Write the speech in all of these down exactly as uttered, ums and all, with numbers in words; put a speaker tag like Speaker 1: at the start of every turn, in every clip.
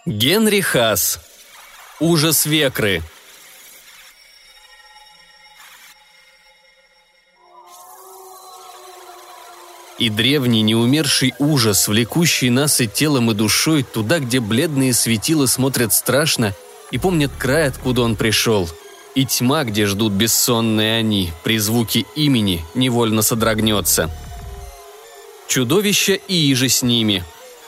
Speaker 1: Генри Хас. Ужас Векры. И древний неумерший ужас, влекущий нас и телом, и душой туда, где бледные светила смотрят страшно и помнят край, откуда он пришел, и тьма, где ждут бессонные они, при звуке имени невольно содрогнется. Чудовища и иже с ними.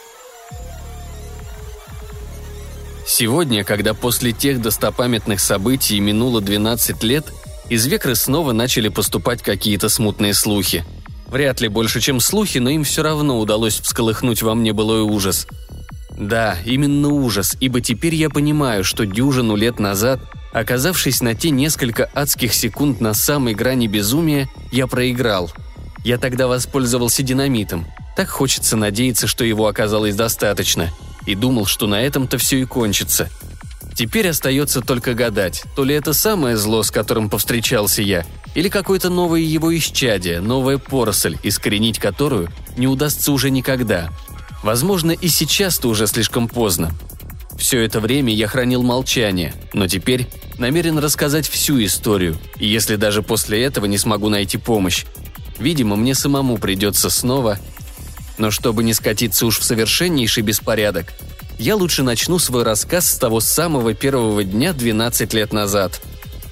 Speaker 1: Сегодня, когда после тех достопамятных событий минуло двенадцать лет, из Векры снова начали поступать какие-то смутные слухи. Вряд ли больше, чем слухи, но им все равно удалось всколыхнуть во мне былой ужас. Да, именно ужас, ибо теперь я понимаю, что дюжину лет назад, оказавшись на те несколько адских секунд на самой грани безумия, я проиграл. Я тогда воспользовался динамитом. Так хочется надеяться, что его оказалось достаточно. И думал, что на этом-то все и кончится. Теперь остается только гадать, то ли это самое зло, с которым повстречался я, или какое-то новое его исчадие, новая поросль, искоренить которую не удастся уже никогда. Возможно, и сейчас-то уже слишком поздно. Все это время я хранил молчание, но теперь намерен рассказать всю историю, и если даже после этого не смогу найти помощь, видимо, мне самому придется снова... Но чтобы не скатиться уж в совершеннейший беспорядок, я лучше начну свой рассказ с того самого первого дня двенадцать лет назад.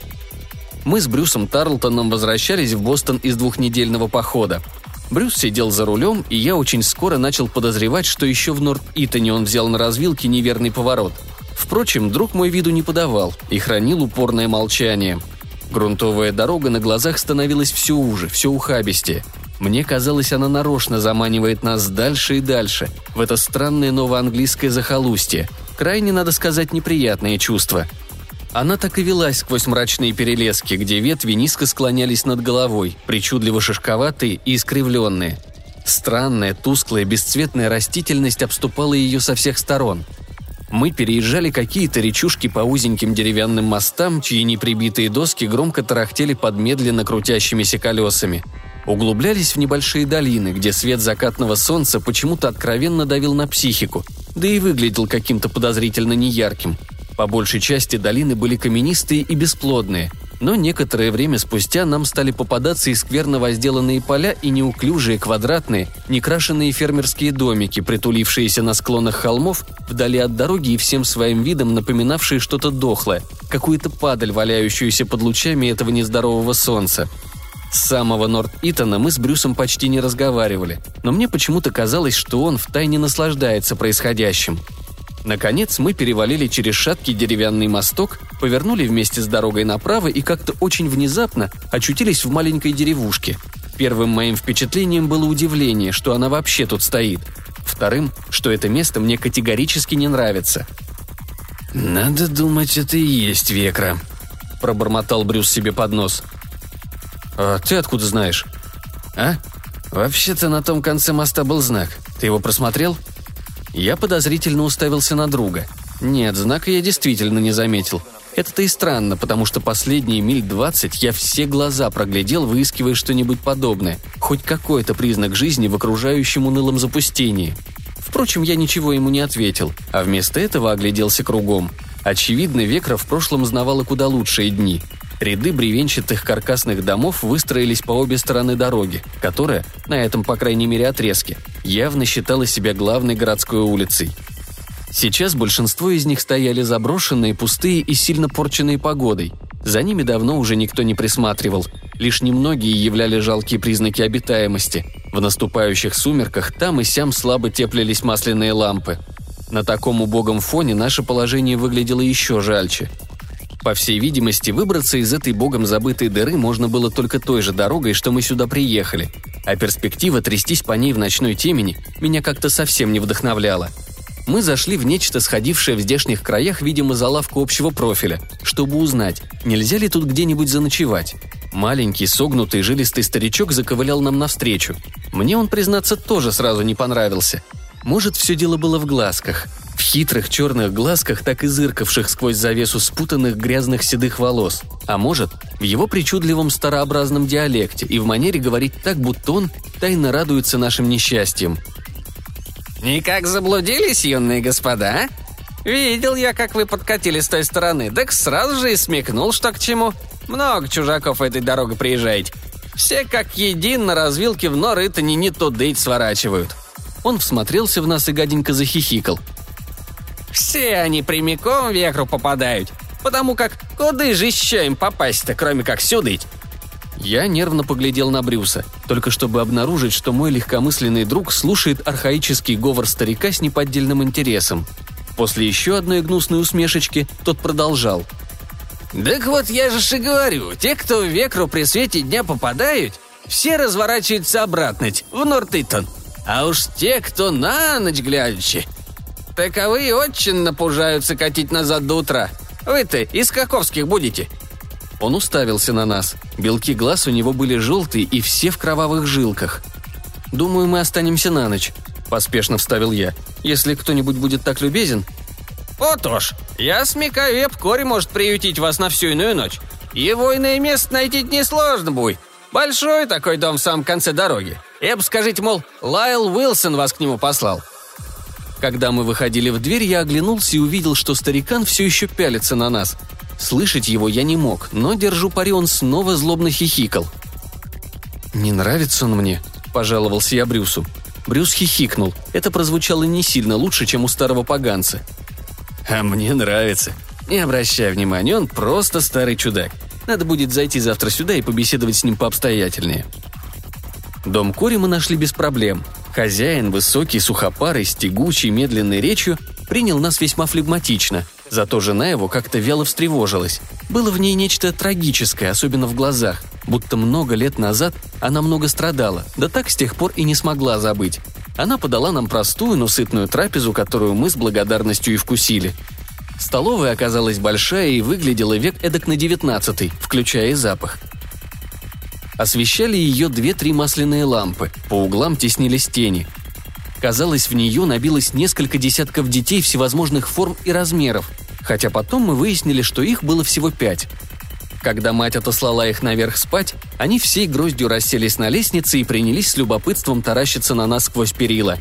Speaker 1: Мы с Брюсом Тарлтоном возвращались в Бостон из двухнедельного похода. Брюс сидел за рулем, и я очень скоро начал подозревать, что еще в Норт-Итоне он взял на развилке неверный поворот. Впрочем, друг мой виду не подавал и хранил упорное молчание. Грунтовая дорога на глазах становилась все уже, все ухабистее. Мне казалось, она нарочно заманивает нас дальше и дальше, в это странное новоанглийское захолустье. Крайне, надо сказать, неприятное чувство. Она так и велась сквозь мрачные перелески, где ветви низко склонялись над головой, причудливо шишковатые и искривленные. Странная, тусклая, бесцветная растительность обступала ее со всех сторон. Мы переезжали какие-то речушки по узеньким деревянным мостам, чьи неприбитые доски громко тарахтели под медленно крутящимися колесами. Углублялись в небольшие долины, где свет закатного солнца почему-то откровенно давил на психику, да и выглядел каким-то подозрительно неярким. По большей части долины были каменистые и бесплодные, но некоторое время спустя нам стали попадаться и скверно возделанные поля и неуклюжие, квадратные, некрашенные фермерские домики, притулившиеся на склонах холмов, вдали от дороги и всем своим видом напоминавшие что-то дохлое, какую-то падаль, валяющуюся под лучами этого нездорового солнца. С самого Норт-Итона мы с Брюсом почти не разговаривали, но мне почему-то казалось, что он втайне наслаждается происходящим. Наконец мы перевалили через шаткий деревянный мосток, повернули вместе с дорогой направо и как-то очень внезапно очутились в маленькой деревушке. Первым моим впечатлением было удивление, что она вообще тут стоит. Вторым, что это место мне категорически не нравится. «Надо думать, это и есть Векра», – пробормотал Брюс себе под нос. «А ты откуда знаешь?» «А? Вообще-то на том конце моста был знак. Ты его просмотрел?» Я подозрительно уставился на друга. Нет, знака я действительно не заметил. Это-то и странно, потому что последние миль двадцать я все глаза проглядел, выискивая что-нибудь подобное, хоть какой-то признак жизни в окружающем унылом запустении. Впрочем, я ничего ему не ответил, а вместо этого огляделся кругом. Очевидно, Векра в прошлом знавала куда лучшие дни. Ряды бревенчатых каркасных домов выстроились по обе стороны дороги, которая, на этом, по крайней мере, отрезке, явно считала себя главной городской улицей. Сейчас большинство из них стояли заброшенные, пустые и сильно порченные погодой. За ними давно уже никто не присматривал, лишь немногие являли жалкие признаки обитаемости. В наступающих сумерках там и сям слабо теплились масляные лампы. На таком убогом фоне наше положение выглядело еще жальче. По всей видимости, выбраться из этой богом забытой дыры можно было только той же дорогой, что мы сюда приехали, а перспектива трястись по ней в ночной темени меня как-то совсем не вдохновляла. Мы зашли в нечто, сходившее в здешних краях, видимо, за лавку общего профиля, чтобы узнать, нельзя ли тут где-нибудь заночевать. Маленький, согнутый, жилистый старичок заковылял нам навстречу. Мне он, признаться, тоже сразу не понравился. Может, все дело было в глазках. В хитрых черных глазках, так и зыркавших сквозь завесу спутанных грязных седых волос. А может, в его причудливом старообразном диалекте и в манере говорить так, будто он тайно радуется нашим несчастьям.
Speaker 2: «Никак заблудились, юные господа?» –
Speaker 1: Видел я, как вы подкатили с той стороны, так сразу же и смекнул, что к чему. Много чужаков этой дорогой приезжаете. Все как един на развилке в Нор-Итоне не тудыть сворачивают». Он всмотрелся в нас и гаденько захихикал. «Все они прямиком в векру попадают, потому как куда же еще им попасть-то, кроме как сюдыть?» Я нервно поглядел на Брюса, только чтобы обнаружить, что мой легкомысленный друг слушает архаический говор старика с неподдельным интересом. После еще одной гнусной усмешечки тот продолжал. «Так вот я же и говорю, те, кто в векру при свете дня попадают, все разворачиваются обратно в Нор-Итон. А уж те, кто на ночь глядячи, таковые очень напужаются катить назад до утра. Вы-то из каковских будете?» Он уставился на нас. Белки глаз у него были желтые и все в кровавых жилках. «Думаю, мы останемся на ночь», – поспешно вставил я. «Если кто-нибудь будет так любезен». «Вот уж, я смекаю, Эпкори может приютить вас на всю иную ночь. Его иное место найти несложно будет. Большой такой дом в самом конце дороги. Эб, скажите, мол, Лайл Уилсон вас к нему послал». Когда мы выходили в дверь, я оглянулся и увидел, что старикан все еще пялится на нас. Слышать его я не мог, но, держу пари, он снова злобно хихикал. «Не нравится он мне», – пожаловался я Брюсу. Брюс хихикнул. Это прозвучало не сильно лучше, чем у старого поганца. «А мне нравится. Не обращай внимания, он просто старый чудак. Надо будет зайти завтра сюда и побеседовать с ним пообстоятельнее». Дом Кори мы нашли без проблем. Хозяин, высокий, сухопарый, с тягучей, медленной речью, принял нас весьма флегматично, зато жена его как-то вяло встревожилась. Было в ней нечто трагическое, особенно в глазах, будто много лет назад она много страдала, да так с тех пор и не смогла забыть. Она подала нам простую, но сытную трапезу, которую мы с благодарностью и вкусили. Столовая оказалась большая и выглядела век эдак на девятнадцатый, включая и запах. Освещали ее две-три масляные лампы, по углам теснились тени. Казалось, в нее набилось несколько десятков детей всевозможных форм и размеров, хотя потом мы выяснили, что их было всего пять. Когда мать отослала их наверх спать, они всей гроздью расселись на лестнице и принялись с любопытством таращиться на нас сквозь перила.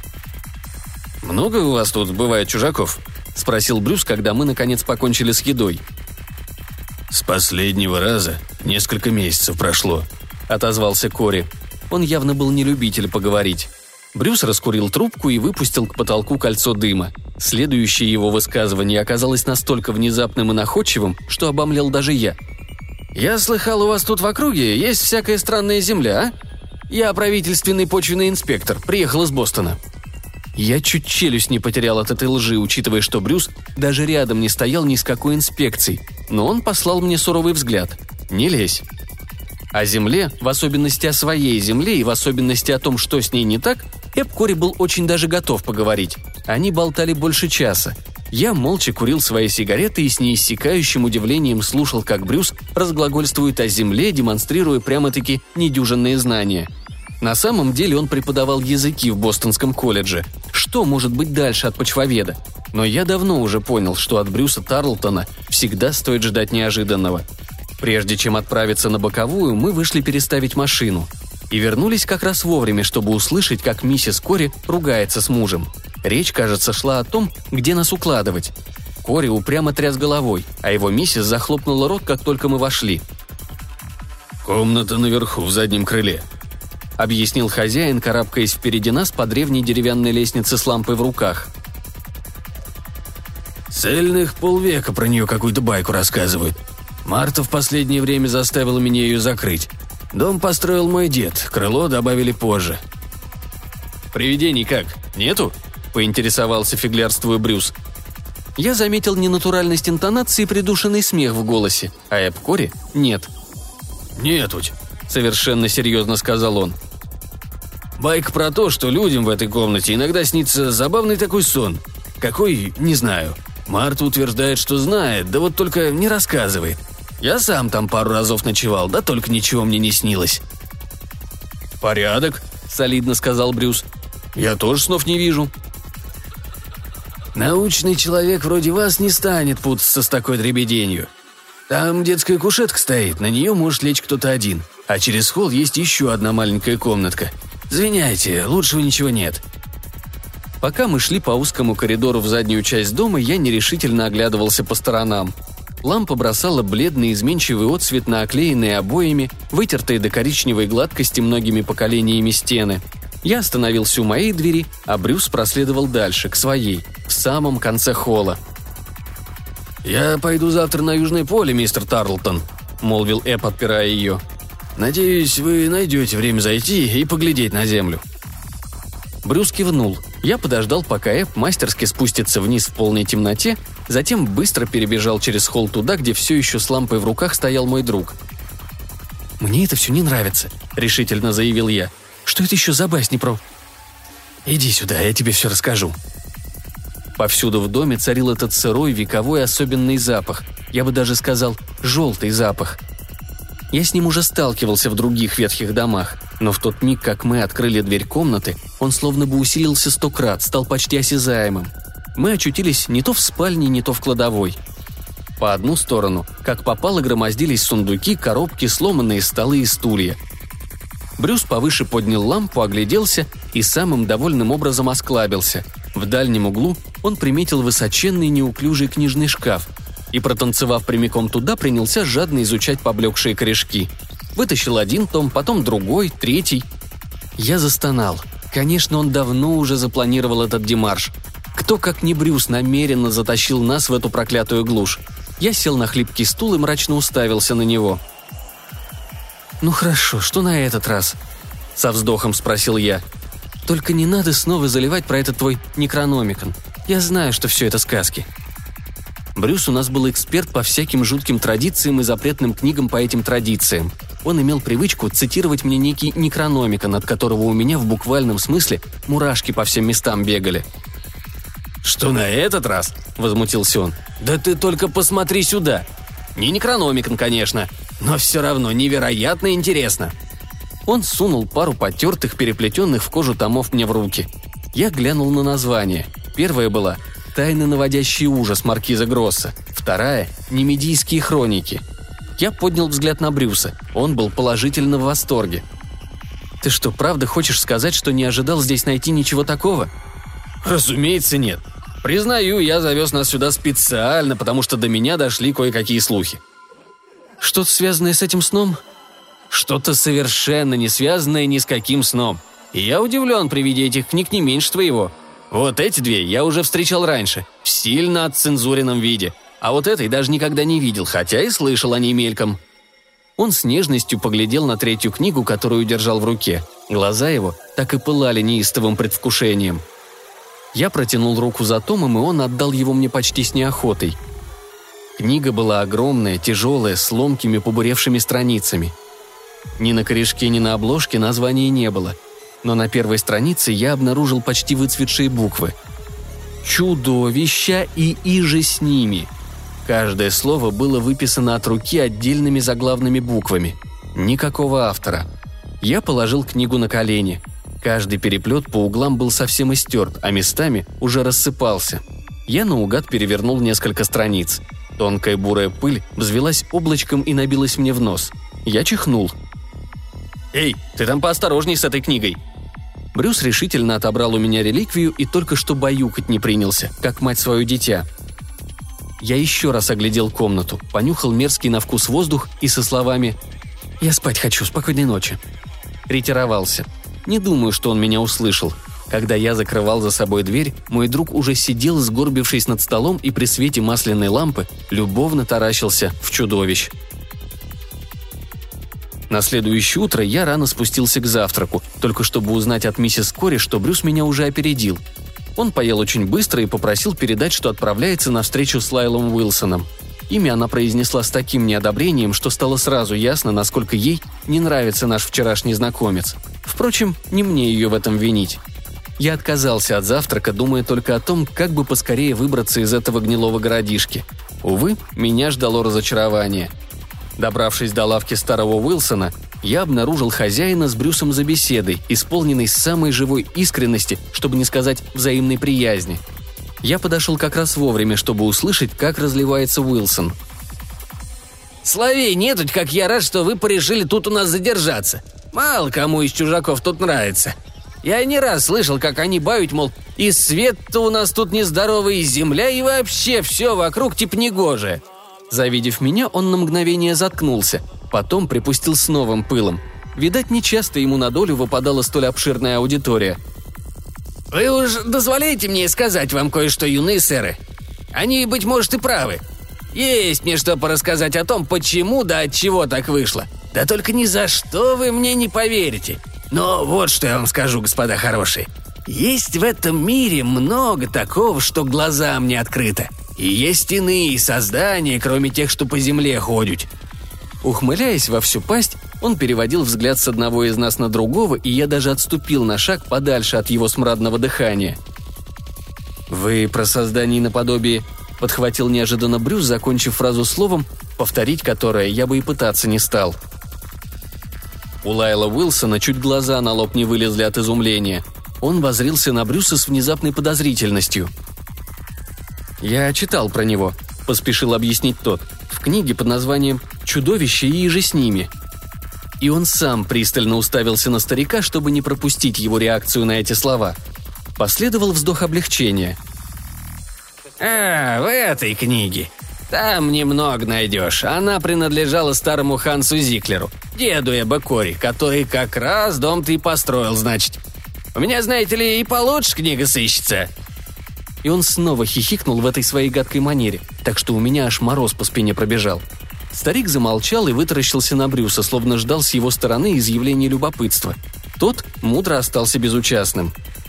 Speaker 1: «Много у вас тут бывает чужаков?» – спросил Брюс, когда мы, наконец, покончили с едой.
Speaker 2: «С последнего раза несколько месяцев прошло», –
Speaker 1: отозвался Кори. Он явно был не любитель поговорить. Брюс раскурил трубку и выпустил к потолку кольцо дыма. Следующее его высказывание оказалось настолько внезапным и находчивым, что обомлел даже я. «Я слыхал, у вас тут в округе есть всякая странная земля, а? Я правительственный почвенный инспектор, приехал из Бостона». Я чуть челюсть не потерял от этой лжи, учитывая, что Брюс даже рядом не стоял ни с какой инспекцией, но он послал мне суровый взгляд. «Не лезь». О земле, в особенности о своей земле и в особенности о том, что с ней не так, Эб Кори был очень даже готов поговорить. Они болтали больше часа. Я молча курил свои сигареты и с неиссякающим удивлением слушал, как Брюс разглагольствует о земле, демонстрируя прямо-таки недюжинные знания. На самом деле он преподавал языки в Бостонском колледже. Что может быть дальше от почвоведа? Но я давно уже понял, что от Брюса Тарлтона всегда стоит ждать неожиданного. Прежде чем отправиться на боковую, мы вышли переставить машину. И вернулись как раз вовремя, чтобы услышать, как миссис Кори ругается с мужем. Речь, кажется, шла о том, где нас укладывать. Кори упрямо тряс головой, а его миссис захлопнула рот, как только мы вошли.
Speaker 2: «Комната наверху, в заднем крыле», — объяснил хозяин, карабкаясь впереди нас по древней деревянной лестнице с лампой в руках. «Цельных полвека про нее какую-то байку рассказывают. Марта в последнее время заставила меня ее закрыть. Дом построил мой дед, крыло добавили позже».
Speaker 1: «Привидений как? Нету?» – поинтересовался фиглярствуя Брюс. Я заметил ненатуральность интонации и придушенный смех в голосе, а Эб Кори – нет.
Speaker 2: «Нетуть»,
Speaker 1: – совершенно серьезно сказал он.
Speaker 2: «Байка про то, что людям в этой комнате иногда снится забавный такой сон. Какой, не знаю. Марта утверждает, что знает, да вот только не рассказывает. Я сам там пару разов ночевал, да только ничего мне не снилось».
Speaker 1: «Порядок», – солидно сказал Брюс. «Я тоже снов не вижу».
Speaker 2: «Научный человек вроде вас не станет путаться с такой дребеденью. Там детская кушетка стоит, на нее может лечь кто-то один, а через холл есть еще одна маленькая комнатка. Извиняйте, лучшего ничего нет».
Speaker 1: Пока мы шли по узкому коридору в заднюю часть дома, я нерешительно оглядывался по сторонам. Лампа бросала бледный изменчивый отсвет на оклеенные обоями, вытертые до коричневой гладкости многими поколениями стены. Я остановился у моей двери, а Брюс проследовал дальше, к своей, в самом конце холла.
Speaker 2: «Я пойду завтра на Южное поле, мистер Тарлтон», — молвил Эб, отпирая ее. «Надеюсь, вы найдете время зайти и поглядеть на землю».
Speaker 1: Брюс кивнул. Я подождал, пока Эб мастерски спустится вниз в полной темноте, затем быстро перебежал через холл туда, где все еще с лампой в руках стоял мой друг. «Мне это все не нравится», — решительно заявил я. «Что это еще за басни про...» «Иди сюда, я тебе все расскажу». Повсюду в доме царил этот сырой, вековой особенный запах. Я бы даже сказал, желтый запах. Я с ним уже сталкивался в других ветхих домах, но в тот миг, как мы открыли дверь комнаты, он словно бы усилился сто крат, стал почти осязаемым. Мы очутились не то в спальне, не то в кладовой. По одну сторону, как попало, громоздились сундуки, коробки, сломанные столы и стулья. Брюс повыше поднял лампу, огляделся и самым довольным образом осклабился. В дальнем углу он приметил высоченный неуклюжий книжный шкаф и, протанцевав прямиком туда, принялся жадно изучать поблекшие корешки. Вытащил один том, потом другой, третий. Я застонал. Конечно, он давно уже запланировал этот демарш. Кто, как не Брюс, намеренно затащил нас в эту проклятую глушь. Я сел на хлипкий стул и мрачно уставился на него. «Ну хорошо, что на этот раз?» – со вздохом спросил я. «Только не надо снова заливать про этот твой Некрономикон. Я знаю, что все это сказки». Брюс у нас был эксперт по всяким жутким традициям и запретным книгам по этим традициям. Он имел привычку цитировать мне некий Некрономикон, от которого у меня в буквальном смысле мурашки по всем местам бегали.
Speaker 2: «Что на этот раз?» – возмутился он. «Да ты только посмотри сюда! Не Некрономикон, конечно, но все равно невероятно интересно!»
Speaker 1: Он сунул пару потертых, переплетенных в кожу томов мне в руки. Я глянул на название. Первая была «Тайны, наводящие ужас» маркиза Гросса. Вторая – «Немедийские хроники». Я поднял взгляд на Брюса. Он был положительно в восторге. «Ты что, правда хочешь сказать, что не ожидал здесь найти ничего такого?»
Speaker 2: «Разумеется, нет. Признаю, я завез нас сюда специально, потому что до меня дошли кое-какие слухи».
Speaker 1: «Что-то связанное с этим сном?»
Speaker 2: «Что-то совершенно не связанное ни с каким сном. И я удивлен при виде этих книг не меньше твоего. Вот эти две я уже встречал раньше, в сильно отцензуренном виде. А вот этой даже никогда не видел, хотя и слышал о ней мельком».
Speaker 1: Он с нежностью поглядел на третью книгу, которую держал в руке. Глаза его так и пылали неистовым предвкушением. Я протянул руку за томом, и он отдал его мне почти с неохотой. Книга была огромная, тяжелая, с ломкими побуревшими страницами. Ни на корешке, ни на обложке названия не было, но на первой странице я обнаружил почти выцветшие буквы. «Чудовища и иже с ними». Каждое слово было выписано от руки отдельными заглавными буквами. Никакого автора. Я положил книгу на колени. Каждый переплет по углам был совсем истерт, а местами уже рассыпался. Я наугад перевернул несколько страниц. Тонкая бурая пыль взвелась облачком и набилась мне в нос. Я чихнул.
Speaker 2: «Эй, ты там поосторожней с этой книгой!»
Speaker 1: Брюс решительно отобрал у меня реликвию и только что баюкать не принялся, как мать свое дитя. Я еще раз оглядел комнату, понюхал мерзкий на вкус воздух и со словами «Я спать хочу, спокойной ночи» ретировался. Не думаю, что он меня услышал. Когда я закрывал за собой дверь, мой друг уже сидел, сгорбившись над столом, и при свете масляной лампы любовно таращился в чудовищ. На следующее утро я рано спустился к завтраку, только чтобы узнать от миссис Кори, что Брюс меня уже опередил. Он поел очень быстро и попросил передать, что отправляется на встречу с Лайлом Уилсоном. Имя она произнесла с таким неодобрением, что стало сразу ясно, насколько ей не нравится наш вчерашний знакомец. Впрочем, не мне ее в этом винить. Я отказался от завтрака, думая только о том, как бы поскорее выбраться из этого гнилого городишки. Увы, меня ждало разочарование. Добравшись до лавки старого Уилсона, я обнаружил хозяина с Брюсом за беседой, исполненной самой живой искренности, чтобы не сказать взаимной приязни. Я подошел как раз вовремя, чтобы услышать, как разливается Уилсон.
Speaker 2: «Славей нетуть, как я рад, что вы порешили тут у нас задержаться. Мало кому из чужаков тут нравится. Я не раз слышал, как они бают, мол, и свет-то у нас тут нездоровый, и земля, и вообще все вокруг типа негоже».
Speaker 1: Завидев меня, он на мгновение заткнулся, потом припустил с новым пылом. Видать, нечасто ему на долю выпадала столь обширная аудитория.
Speaker 2: «Вы уж дозволяете мне сказать вам кое-что, юные сэры? Они, быть может, и правы. Есть мне что порассказать о том, почему да от чего так вышло. Да только ни за что вы мне не поверите. Но вот что я вам скажу, господа хорошие. Есть в этом мире много такого, что глазам не открыто. И есть иные создания, кроме тех, что по земле ходят».
Speaker 1: Ухмыляясь во всю пасть, он переводил взгляд с одного из нас на другого, и я даже отступил на шаг подальше от его смрадного дыхания. «Вы про создание наподобие...» — подхватил неожиданно Брюс, закончив фразу словом, повторить которое я бы и пытаться не стал. У Лайла Уилсона чуть глаза на лоб не вылезли от изумления. Он воззрился на Брюса с внезапной подозрительностью. «Я читал про него», — поспешил объяснить тот, в книге под названием «Чудовище и иже с ними». И он сам пристально уставился на старика, чтобы не пропустить его реакцию на эти слова. Последовал вздох облегчения.
Speaker 2: «А, в этой книге. Там немного найдешь. Она принадлежала старому Хансу Зиклеру, деду Эбба Кори, который как раз дом-то и построил, значит. У меня, знаете ли, и получше книга сыщется».
Speaker 1: И он снова хихикнул в этой своей гадкой манере, так что у меня аж мороз по спине пробежал. Старик замолчал и вытаращился на Брюса, словно ждал с его стороны изъявления любопытства. Тот мудро остался безучастным.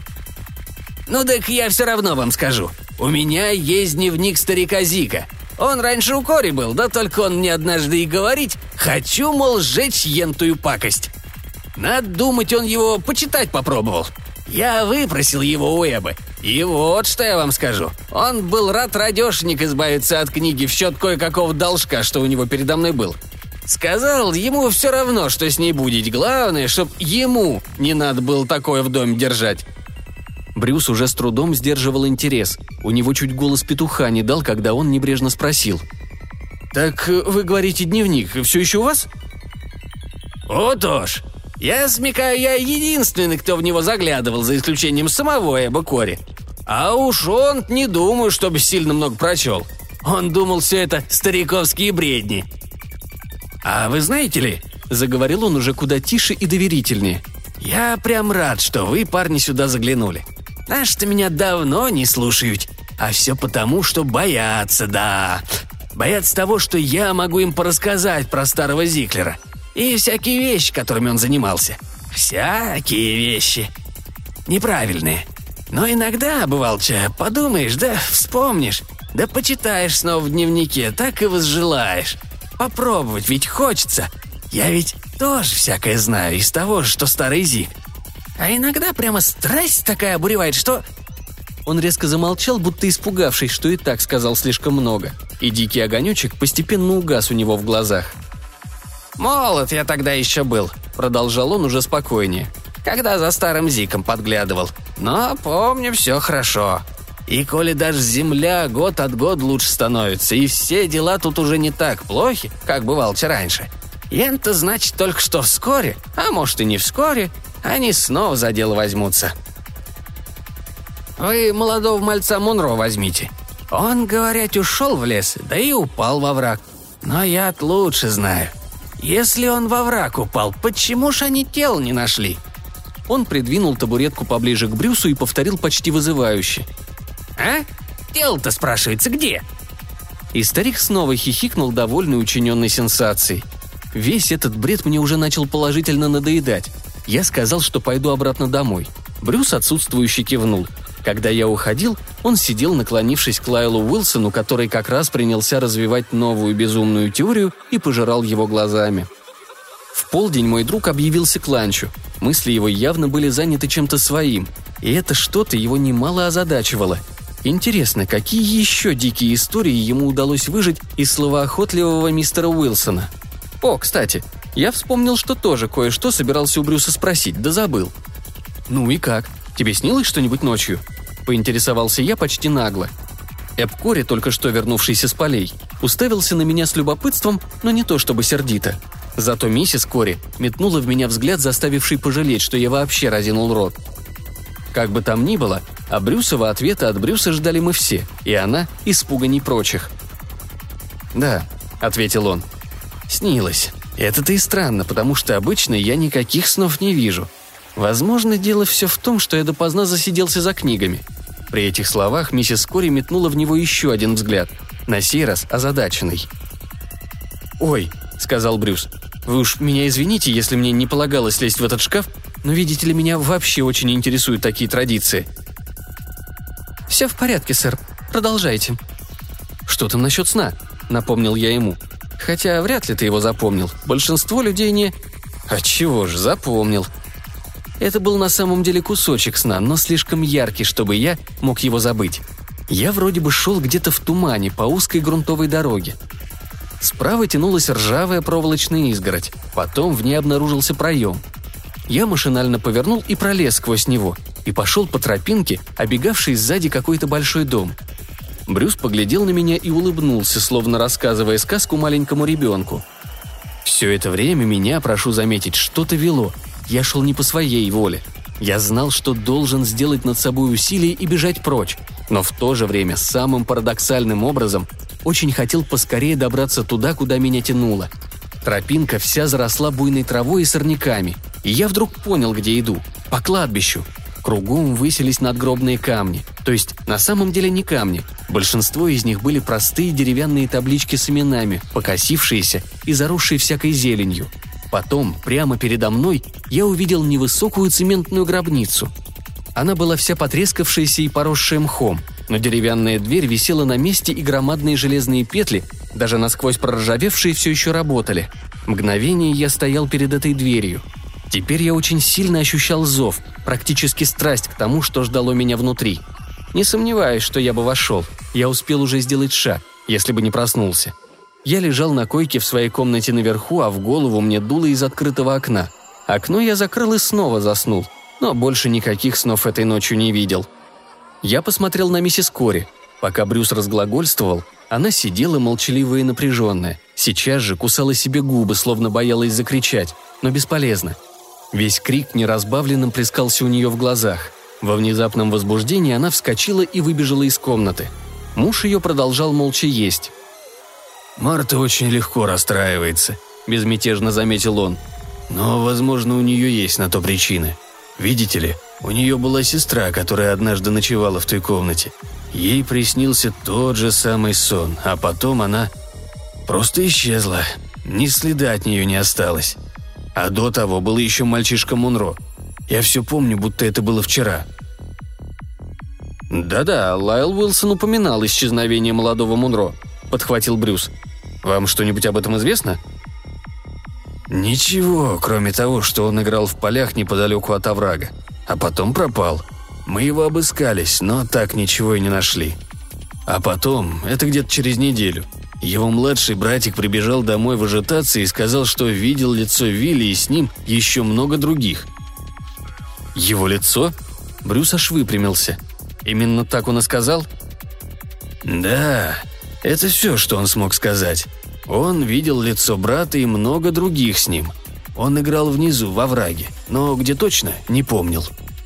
Speaker 2: «Ну так я все равно вам скажу. У меня есть дневник старика Зика. Он раньше у Кори был, да только он мне однажды и говорить, хочу, мол, сжечь ентую пакость. Надо думать, он его почитать попробовал. Я выпросил его у Эббы. И вот что я вам скажу. Он был рад радешенек избавиться от книги в счет кое-какого должка, что у него передо мной был. Сказал, ему все равно, что с ней будет. Главное, чтоб ему не надо было такое в доме держать».
Speaker 1: Брюс уже с трудом сдерживал интерес. У него чуть голос петуха не дал, когда он небрежно спросил. «Так вы говорите, дневник все еще у вас?»
Speaker 2: «Вот уж. Я смекаю, я единственный, кто в него заглядывал, за исключением самого Эбба Кори. А уж он, не думаю, чтобы сильно много прочел. Он думал, все это стариковские бредни». «А вы знаете ли, — заговорил он уже куда тише и доверительнее, — я прям рад, что вы, парни, сюда заглянули. Наши-то меня давно не слушают, а все потому, что боятся, да. Боятся того, что я могу им порассказать про старого Зиклера. И всякие вещи, которыми он занимался. Всякие вещи. Неправильные. Но иногда, бывалча, подумаешь, да вспомнишь, да почитаешь снова в дневнике, так и возжелаешь. Попробовать ведь хочется. Я ведь тоже всякое знаю из того же, что старый Зик. А иногда прямо страсть такая обуревает, что...»
Speaker 1: Он резко замолчал, будто испугавшись, что и так сказал слишком много, и дикий огонечек постепенно угас у него в глазах.
Speaker 2: «Молод я тогда еще был», — продолжал он уже спокойнее, «когда за старым Зиком подглядывал. Но помню все хорошо. И коли даже земля год от года лучше становится, и все дела тут уже не так плохи, как бывало-то раньше, это значит только что вскоре, а может и не вскоре, они снова за дело возьмутся. Вы молодого мальца Монро возьмите. Он, говорят, ушел в лес, да и упал во враг. Но я-то лучше знаю. Если он во враг упал, почему ж они тело не нашли?»
Speaker 1: Он придвинул табуретку поближе к Брюсу и повторил почти вызывающе.
Speaker 2: «А? Тело-то, спрашивается, где?»
Speaker 1: И старик снова хихикнул, довольный учиненной сенсацией. Весь этот бред мне уже начал положительно надоедать. Я сказал, что пойду обратно домой. Брюс отсутствующе кивнул. Когда я уходил, он сидел, наклонившись к Лайлу Уилсону, который как раз принялся развивать новую безумную теорию и пожирал его глазами. В полдень мой друг объявился к ланчу. Мысли его явно были заняты чем-то своим, и это что-то его немало озадачивало. Интересно, какие еще дикие истории ему удалось выжить из словоохотливого мистера Уилсона? О, кстати, я вспомнил, что тоже кое-что собирался у Брюса спросить, да забыл. «Ну и как? Тебе снилось что-нибудь ночью?» – поинтересовался я почти нагло. Эб Кори, только что вернувшийся с полей, уставился на меня с любопытством, но не то чтобы сердито. Зато миссис Кори метнула в меня взгляд, заставивший пожалеть, что я вообще разинул рот. Как бы там ни было, а Брюсова ответа от Брюса ждали мы все, и она испуганней прочих. «Да», — ответил он, — «снилось. Это-то и странно, потому что обычно я никаких снов не вижу. Возможно, дело все в том, что я допоздна засиделся за книгами». При этих словах миссис Кори метнула в него еще один взгляд, на сей раз озадаченный. «Ой», — сказал Брюс, — «вы уж меня извините, если мне не полагалось лезть в этот шкаф, но, видите ли, меня вообще очень интересуют такие традиции». «Все в порядке, сэр. Продолжайте». «Что там насчет сна?» — напомнил я ему. «Хотя вряд ли ты его запомнил. Большинство людей не...» «Отчего же, запомнил». Это был на самом деле кусочек сна, но слишком яркий, чтобы я мог его забыть. Я вроде бы шел где-то в тумане по узкой грунтовой дороге. Справа тянулась ржавая проволочная изгородь, потом в ней обнаружился проем. Я машинально повернул и пролез сквозь него, и пошел по тропинке, обегавшей сзади какой-то большой дом. Брюс поглядел на меня и улыбнулся, словно рассказывая сказку маленькому ребенку. Все это время меня, прошу заметить, что-то вело. Я шел не по своей воле. Я знал, что должен сделать над собой усилие и бежать прочь, но в то же время самым парадоксальным образом очень хотел поскорее добраться туда, куда меня тянуло. Тропинка вся заросла буйной травой и сорняками, и я вдруг понял, где иду – по кладбищу. Кругом высились надгробные камни, то есть на самом деле не камни. Большинство из них были простые деревянные таблички с именами, покосившиеся и заросшие всякой зеленью. Потом, прямо передо мной, я увидел невысокую цементную гробницу. Она была вся потрескавшаяся и поросшая мхом, но деревянная дверь висела на месте, и громадные железные петли, даже насквозь проржавевшие, все еще работали. Мгновение я стоял перед этой дверью. Теперь я очень сильно ощущал зов, практически страсть к тому, что ждало меня внутри. Не сомневаюсь, что я бы вошел. Я успел уже сделать шаг, если бы не проснулся. Я лежал на койке в своей комнате наверху, а в голову мне дуло из открытого окна. Окно я закрыл и снова заснул, но больше никаких снов этой ночью не видел. Я посмотрел на миссис Кори. Пока Брюс разглагольствовал, она сидела молчаливая и напряженная. Сейчас же кусала себе губы, словно боялась закричать, но бесполезно. Весь крик неразбавленным плескался у нее в глазах. Во внезапном возбуждении она вскочила и выбежала из комнаты. Муж ее продолжал молча есть.
Speaker 2: «Марта очень легко расстраивается», – безмятежно заметил он. «Но, возможно, у нее есть на то причины. Видите ли, у нее была сестра, которая однажды ночевала в той комнате. Ей приснился тот же самый сон, а потом она просто исчезла. Ни следа от нее не осталось. А до того был еще мальчишка Мунро. Я все помню, будто это было вчера».
Speaker 1: «Да-да, Лайл Уилсон упоминал исчезновение молодого Мунро», – подхватил Брюс. «Вам что-нибудь об этом известно?»
Speaker 2: «Ничего, кроме того, что он играл в полях неподалеку от оврага, а потом пропал. Мы его обыскались, но так ничего и не нашли. А потом, это где-то через неделю, его младший братик прибежал домой в ажитации и сказал, что видел лицо Вилли и с ним еще много других».
Speaker 1: «Его лицо?» Брюс аж выпрямился. «Именно так он и сказал?»
Speaker 2: «Да, это все, что он смог сказать. Он видел лицо брата и много других с ним. Он играл внизу, во враге, но где точно, не помнил».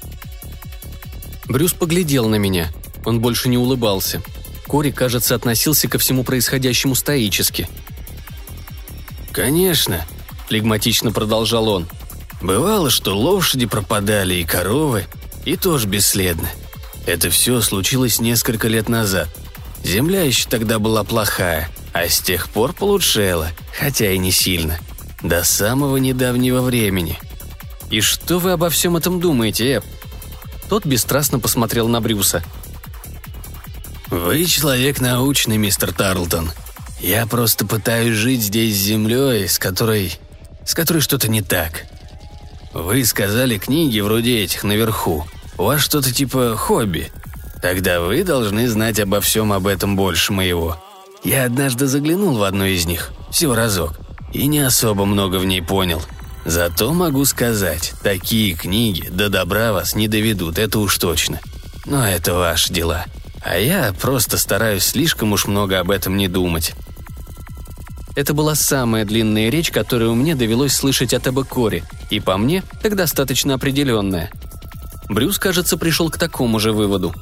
Speaker 1: Брюс поглядел на меня. Он больше не улыбался. Кори, кажется, относился ко всему происходящему стоически.
Speaker 2: «Конечно», – флегматично продолжал он. «Бывало, что лошади пропадали и коровы, и тоже бесследно. Это все случилось несколько лет назад. Земля еще тогда была плохая, а с тех пор получшела, хотя и не сильно. До самого недавнего времени».
Speaker 1: «И что вы обо всем этом думаете, Эб?» Тот бесстрастно посмотрел на Брюса.
Speaker 2: «Вы человек научный, мистер Тарлтон. Я просто пытаюсь жить здесь с землей, с которой... с которой что-то не так. Вы сказали книги вроде этих наверху. У вас что-то типа хобби. Тогда вы должны знать обо всем об этом больше моего. Я однажды заглянул в одну из них, всего разок, и не особо много в ней понял. Зато могу сказать, такие книги до добра вас не доведут, это уж точно. Но это ваши дела. А я просто стараюсь слишком уж много об этом не думать».
Speaker 1: Это была самая длинная речь, которую мне довелось слышать от Эба Кори, и по мне, так достаточно определенная. Брюс, кажется, пришел к такому же выводу.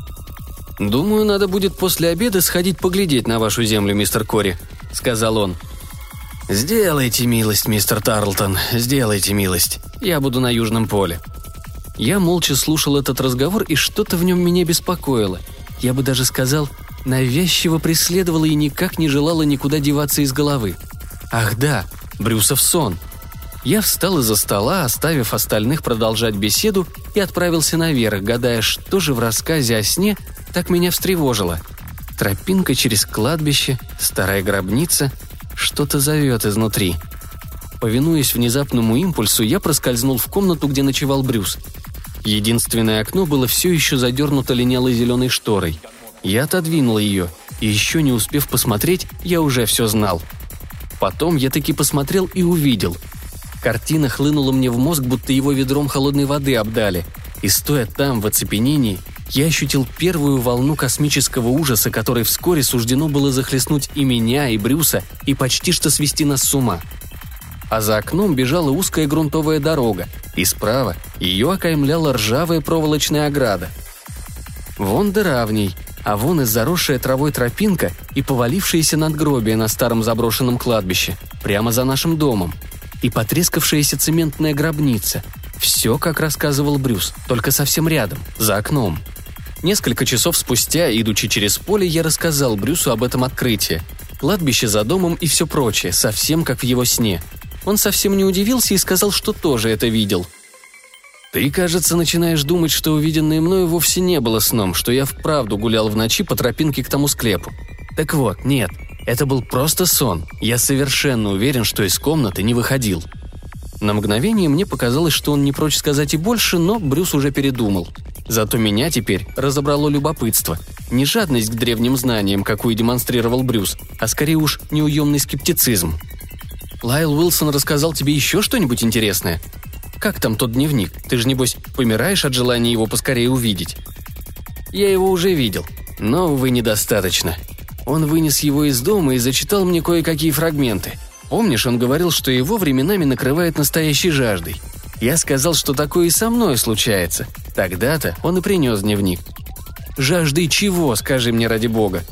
Speaker 1: «Думаю, надо будет после обеда сходить поглядеть на вашу землю, мистер Кори», — сказал он. «Сделайте милость, мистер Тарлтон, сделайте милость. Я буду на Южном поле». Я молча слушал этот разговор, и что-то в нем меня беспокоило. Я бы даже сказал, навязчиво преследовала и никак не желала никуда деваться из головы. Ах да, Брюсов сон. Я встал из-за стола, оставив остальных продолжать беседу, и отправился наверх, гадая, что же в рассказе о сне так меня встревожило. Тропинка через кладбище, старая гробница, что-то зовет изнутри. Повинуясь внезапному импульсу, я проскользнул в комнату, где ночевал Брюс. Единственное окно было все еще задернуто линялой зеленой шторой. Я отодвинул ее, и еще не успев посмотреть, я уже все знал. Потом я таки посмотрел и увидел. Картина хлынула мне в мозг, будто его ведром холодной воды обдали, и, стоя там, в оцепенении, я ощутил первую волну космического ужаса, которой вскоре суждено было захлестнуть и меня, и Брюса, и почти что свести нас с ума. А за окном бежала узкая грунтовая дорога, и справа ее окаймляла ржавая проволочная ограда. Вон дыра в ней, а вон и заросшая травой тропинка и повалившееся надгробие на старом заброшенном кладбище, прямо за нашим домом, и потрескавшаяся цементная гробница. Все, как рассказывал Брюс, только совсем рядом, за окном. Несколько часов спустя, идучи через поле, я рассказал Брюсу об этом открытии. Кладбище за домом и все прочее, совсем как в его сне. Он совсем не удивился и сказал, что тоже это видел. «Ты, кажется, начинаешь думать, что увиденное мною вовсе не было сном, что я вправду гулял в ночи по тропинке к тому склепу. Так вот, нет, это был просто сон. Я совершенно уверен, что из комнаты не выходил». На мгновение мне показалось, что он не прочь сказать и больше, но Брюс уже передумал. Зато меня теперь разобрало любопытство. Не жадность к древним знаниям, какую демонстрировал Брюс, а скорее уж неуемный скептицизм. «Лайл Уилсон рассказал тебе еще что-нибудь интересное? Как там тот дневник? Ты же, небось, помираешь от желания его поскорее увидеть?» «Я его уже видел, но, увы, недостаточно. Он вынес его из дома и зачитал мне кое-какие фрагменты. Помнишь, он говорил, что его временами накрывает настоящей жаждой? Я сказал, что такое и со мной случается. Тогда-то он и принес дневник. Жаждой чего, скажи мне ради бога?»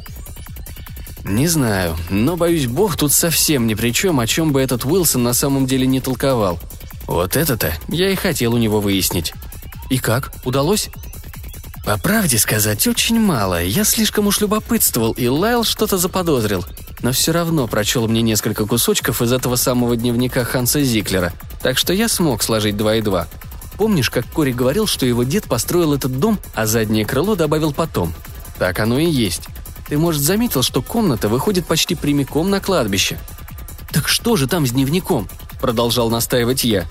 Speaker 1: «Не знаю, но, боюсь, бог тут совсем ни при чем, о чем бы этот Уилсон на самом деле не толковал. Вот это-то я и хотел у него выяснить». «И как? Удалось?» «По правде сказать, очень мало. Я слишком уж любопытствовал, и Лайл что-то заподозрил. Но все равно прочел мне несколько кусочков из этого самого дневника Ханса Зиклера, так что я смог сложить два и два. Помнишь, как Кори говорил, что его дед построил этот дом, а заднее крыло добавил потом? Так оно и есть. Ты, может, заметил, что комната выходит почти прямиком на кладбище?» «Так что же там с дневником?» – продолжал настаивать я.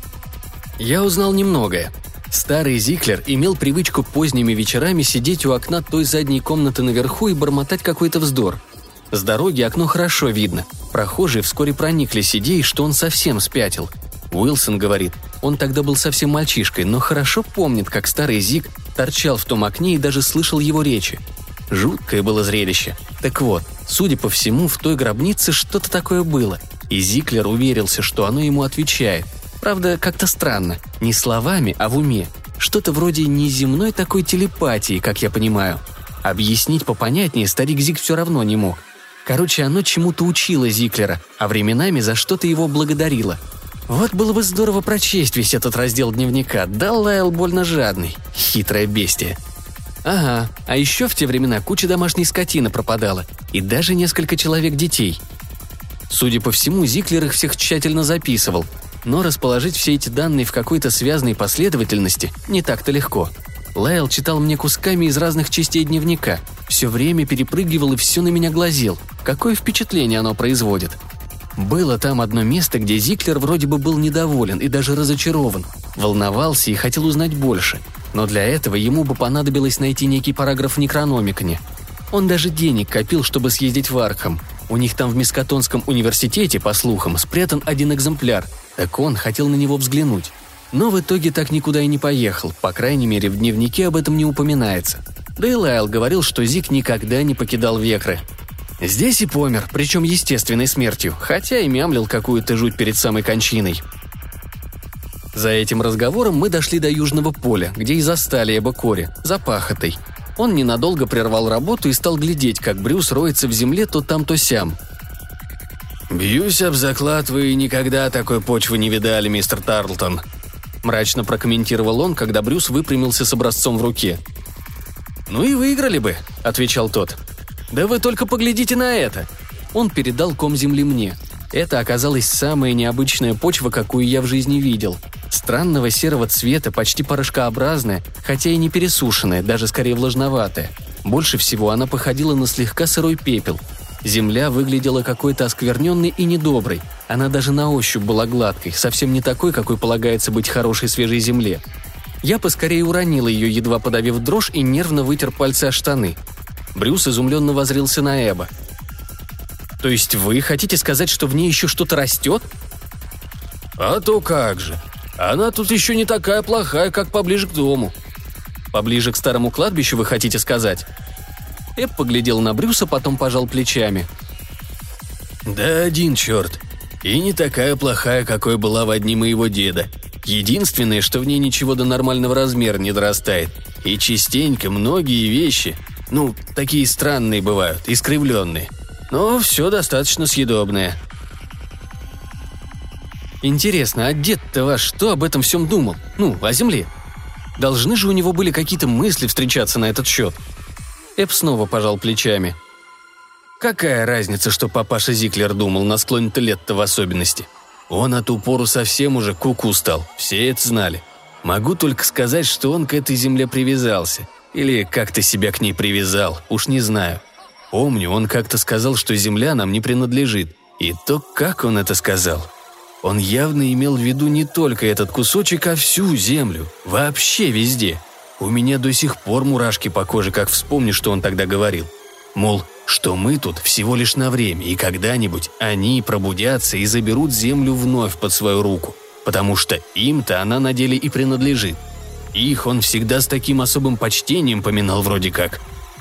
Speaker 1: Я узнал немногое. Старый Зиклер имел привычку поздними вечерами сидеть у окна той задней комнаты наверху и бормотать какой-то вздор. С дороги окно хорошо видно. Прохожие вскоре прониклись идеей, что он совсем спятил. Уилсон говорит, он тогда был совсем мальчишкой, но хорошо помнит, как старый Зик торчал в том окне и даже слышал его речи. Жуткое было зрелище. Так вот, судя по всему, в той гробнице что-то такое было, и Зиклер уверился, что оно ему отвечает. Правда, как-то странно, не словами, а в уме. Что-то вроде неземной такой телепатии, как я понимаю. Объяснить попонятнее старик Зик все равно не мог. Короче, оно чему-то учило Зиклера, а временами за что-то его благодарило. Вот было бы здорово прочесть весь этот раздел дневника, да Лайл больно жадный, хитрое бестие. Ага, а еще в те времена куча домашней скотины пропадала, и даже несколько человек детей. Судя по всему, Зиклер их всех тщательно записывал, но расположить все эти данные в какой-то связанной последовательности не так-то легко. Лайл читал мне кусками из разных частей дневника, все время перепрыгивал и все на меня глазел. Какое впечатление оно производит? Было там одно место, где Зиклер вроде бы был недоволен и даже разочарован, волновался и хотел узнать больше, но для этого ему бы понадобилось найти некий параграф в Некрономиконе. Он даже денег копил, чтобы съездить в Аркхам. У них там в Мискатонском университете, по слухам, спрятан один экземпляр, так он хотел на него взглянуть. Но в итоге так никуда и не поехал, по крайней мере, в дневнике об этом не упоминается. Да и Лайл говорил, что Зик никогда не покидал Векры. Здесь и помер, причем естественной смертью, хотя и мямлил какую-то жуть перед самой кончиной. За этим разговором мы дошли до Южного поля, где и застали Эба Кори, за пахотой. Он ненадолго прервал работу и стал глядеть, как Брюс роется в земле то там, то сям.
Speaker 2: «Бьюсь об заклад, вы никогда такой почвы не видали, мистер Тарлтон», – мрачно прокомментировал он, когда Брюс выпрямился с образцом в руке.
Speaker 1: «Ну и выиграли бы», – отвечал тот. «Да вы только поглядите на это!» Он передал ком земли мне. Это оказалась самая необычная почва, какую я в жизни видел. Странного серого цвета, почти порошкообразная, хотя и не пересушенная, даже скорее влажноватая. Больше всего она походила на слегка сырой пепел. Земля выглядела какой-то оскверненной и недоброй. Она даже на ощупь была гладкой, совсем не такой, какой полагается быть хорошей свежей земле. Я поскорее уронил ее, едва подавив дрожь, и нервно вытер пальцы о штаны. Брюс изумленно воззрился на Эба. «То есть вы хотите сказать, что в ней еще что-то растет?»
Speaker 2: «А то как же. Она тут еще не такая плохая, как поближе к дому».
Speaker 1: «Поближе к старому кладбищу, вы хотите сказать?» Эб поглядел на Брюса, потом пожал плечами.
Speaker 2: «Да один черт. И не такая плохая, какой была в дни моего деда. Единственное, что в ней ничего до нормального размера не дорастает. И частенько многие вещи, ну, такие странные бывают, искривленные. Но все достаточно съедобное».
Speaker 1: «Интересно, а дед-то ваш что об этом всем думал? Ну, о земле? Должны же у него были какие-то мысли встречаться на этот счет?» Эб снова пожал плечами.
Speaker 2: «Какая разница, что папаша Зиклер думал, на склоне-то лет-то в особенности? Он от упору совсем уже куку стал, все это знали. Могу только сказать, что он к этой земле привязался. Или как-то себя к ней привязал, уж не знаю. Помню, он как-то сказал, что земля нам не принадлежит. И то, как он это сказал. Он явно имел в виду не только этот кусочек, а всю землю. Вообще везде. У меня до сих пор мурашки по коже, как вспомню, что он тогда говорил. Мол, что мы тут всего лишь на время, и когда-нибудь они пробудятся и заберут землю вновь под свою руку, потому что им-то она на деле и принадлежит. Их он всегда с таким особым почтением поминал вроде как».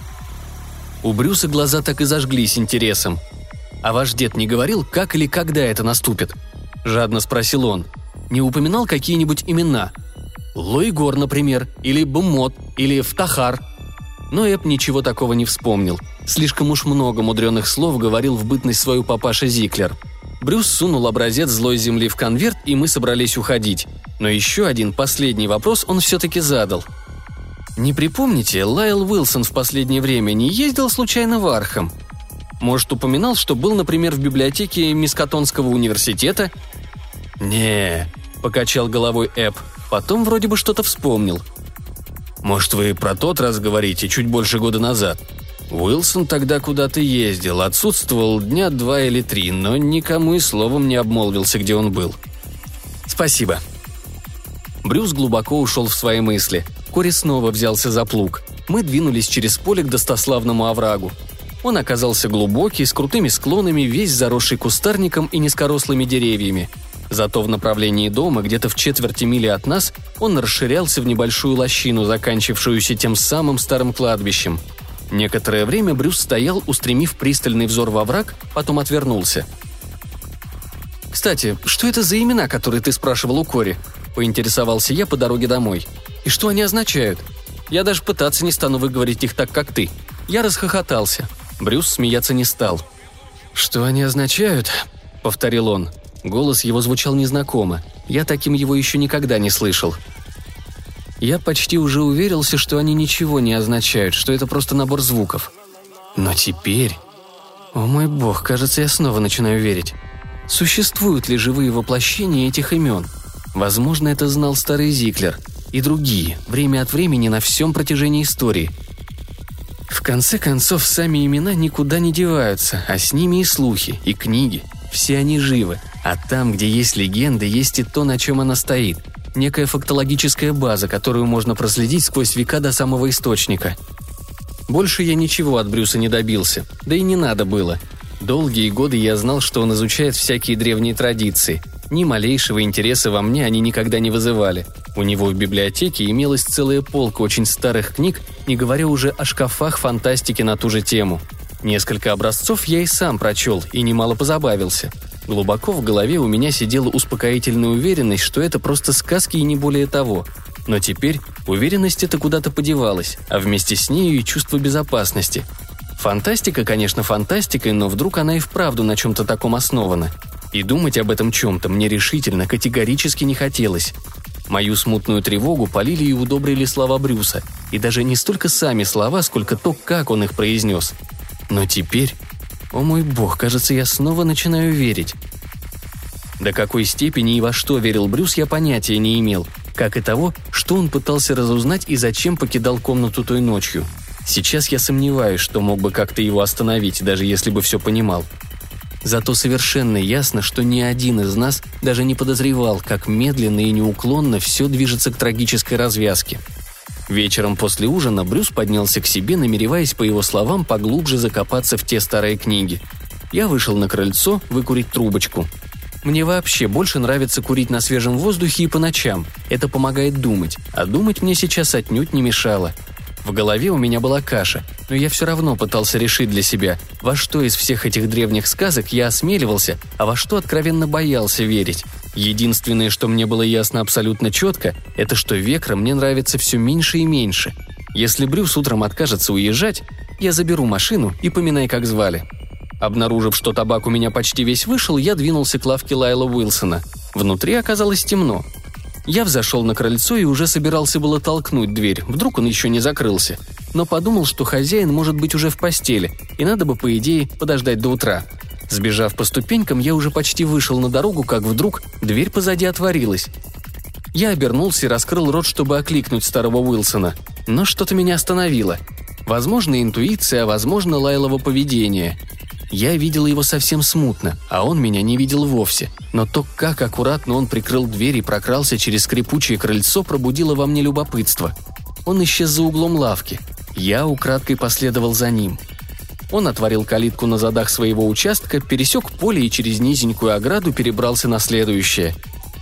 Speaker 1: У Брюса глаза так и зажглись интересом. «А ваш дед не говорил, как или когда это наступит?» – жадно спросил он. «Не упоминал какие-нибудь имена? Лойгор, например, или Бумот, или Фтахар?» Но Эб ничего такого не вспомнил. Слишком уж много мудреных слов говорил в бытность свою папаша Зиклер. Брюс сунул образец злой земли в конверт, и мы собрались уходить. Но еще один последний вопрос он все-таки задал. «Не припомните, Лайл Уилсон в последнее время не ездил случайно в Архам? Может, упоминал, что был, например, в библиотеке Мискатонского университета?»
Speaker 2: «Не», — покачал головой Эб. Потом вроде бы что-то вспомнил. «Может, вы про тот раз говорите, чуть больше года назад? Уилсон тогда куда-то ездил, отсутствовал дня два или три, но никому и словом не обмолвился, где он был».
Speaker 1: «Спасибо». Брюс глубоко ушел в свои мысли. Кори снова взялся за плуг. Мы двинулись через поле к достославному оврагу. Он оказался глубокий, с крутыми склонами, весь заросший кустарником и низкорослыми деревьями. Зато в направлении дома, где-то в четверти мили от нас, он расширялся в небольшую лощину, заканчившуюся тем самым старым кладбищем. Некоторое время Брюс стоял, устремив пристальный взор во враг, потом отвернулся. «Кстати, что это за имена, которые ты спрашивал у Кори?» – поинтересовался я по дороге домой. «И что они означают? Я даже пытаться не стану выговорить их так, как ты». Я расхохотался. Брюс смеяться не стал. «Что они означают?» – повторил он. Голос его звучал незнакомо. Я таким его еще никогда не слышал. Я почти уже уверился, что они ничего не означают, что это просто набор звуков. Но теперь... О мой бог, кажется, я снова начинаю верить. Существуют ли живые воплощения этих имен? Возможно, это знал старый Зиклер. И другие, время от времени на всем протяжении истории. В конце концов, сами имена никуда не деваются, а с ними и слухи, и книги. Все они живы. А там, где есть легенда, есть и то, на чем она стоит. Некая фактологическая база, которую можно проследить сквозь века до самого источника. Больше я ничего от Брюса не добился, да и не надо было. Долгие годы я знал, что он изучает всякие древние традиции. Ни малейшего интереса во мне они никогда не вызывали. У него в библиотеке имелась целая полка очень старых книг, не говоря уже о шкафах фантастики на ту же тему. Несколько образцов я и сам прочел и немало позабавился. Глубоко в голове у меня сидела успокоительная уверенность, что это просто сказки и не более того. Но теперь уверенность эта куда-то подевалась, а вместе с нею и чувство безопасности. Фантастика, конечно, фантастикой, но вдруг она и вправду на чем-то таком основана. И думать об этом чем-то мне решительно, категорически не хотелось. Мою смутную тревогу полили и удобрили слова Брюса, и даже не столько сами слова, сколько то, как он их произнес. Но теперь... О мой бог, кажется, я снова начинаю верить. До какой степени и во что верил Брюс, я понятия не имел, как и того, что он пытался разузнать и зачем покидал комнату той ночью. Сейчас я сомневаюсь, что мог бы как-то его остановить, даже если бы все понимал. Зато совершенно ясно, что ни один из нас даже не подозревал, как медленно и неуклонно все движется к трагической развязке. Вечером после ужина Брюс поднялся к себе, намереваясь, по его словам, поглубже закопаться в те старые книги. Я вышел на крыльцо выкурить трубочку. Мне вообще больше нравится курить на свежем воздухе и по ночам. Это помогает думать, а думать мне сейчас отнюдь не мешало. В голове у меня была каша, но я все равно пытался решить для себя, во что из всех этих древних сказок я осмеливался, а во что откровенно боялся верить. Единственное, что мне было ясно абсолютно четко, это что Векра мне нравится все меньше и меньше. Если Брюс утром откажется уезжать, я заберу машину и поминай, как звали. Обнаружив, что табак у меня почти весь вышел, я двинулся к лавке Лайла Уилсона. Внутри оказалось темно. Я взошел на крыльцо и уже собирался было толкнуть дверь, вдруг он еще не закрылся. Но подумал, что хозяин может быть уже в постели, и надо бы, по идее, подождать до утра. Сбежав по ступенькам, я уже почти вышел на дорогу, как вдруг дверь позади отворилась. Я обернулся и раскрыл рот, чтобы окликнуть старого Уилсона. Но что-то меня остановило. Возможно, интуиция, а возможно, Лайлово поведение. Я видел его совсем смутно, а он меня не видел вовсе. Но то, как аккуратно он прикрыл дверь и прокрался через скрипучее крыльцо, пробудило во мне любопытство. Он исчез за углом лавки. Я украдкой последовал за ним. Он отворил калитку на задах своего участка, пересек поле и через низенькую ограду перебрался на следующее.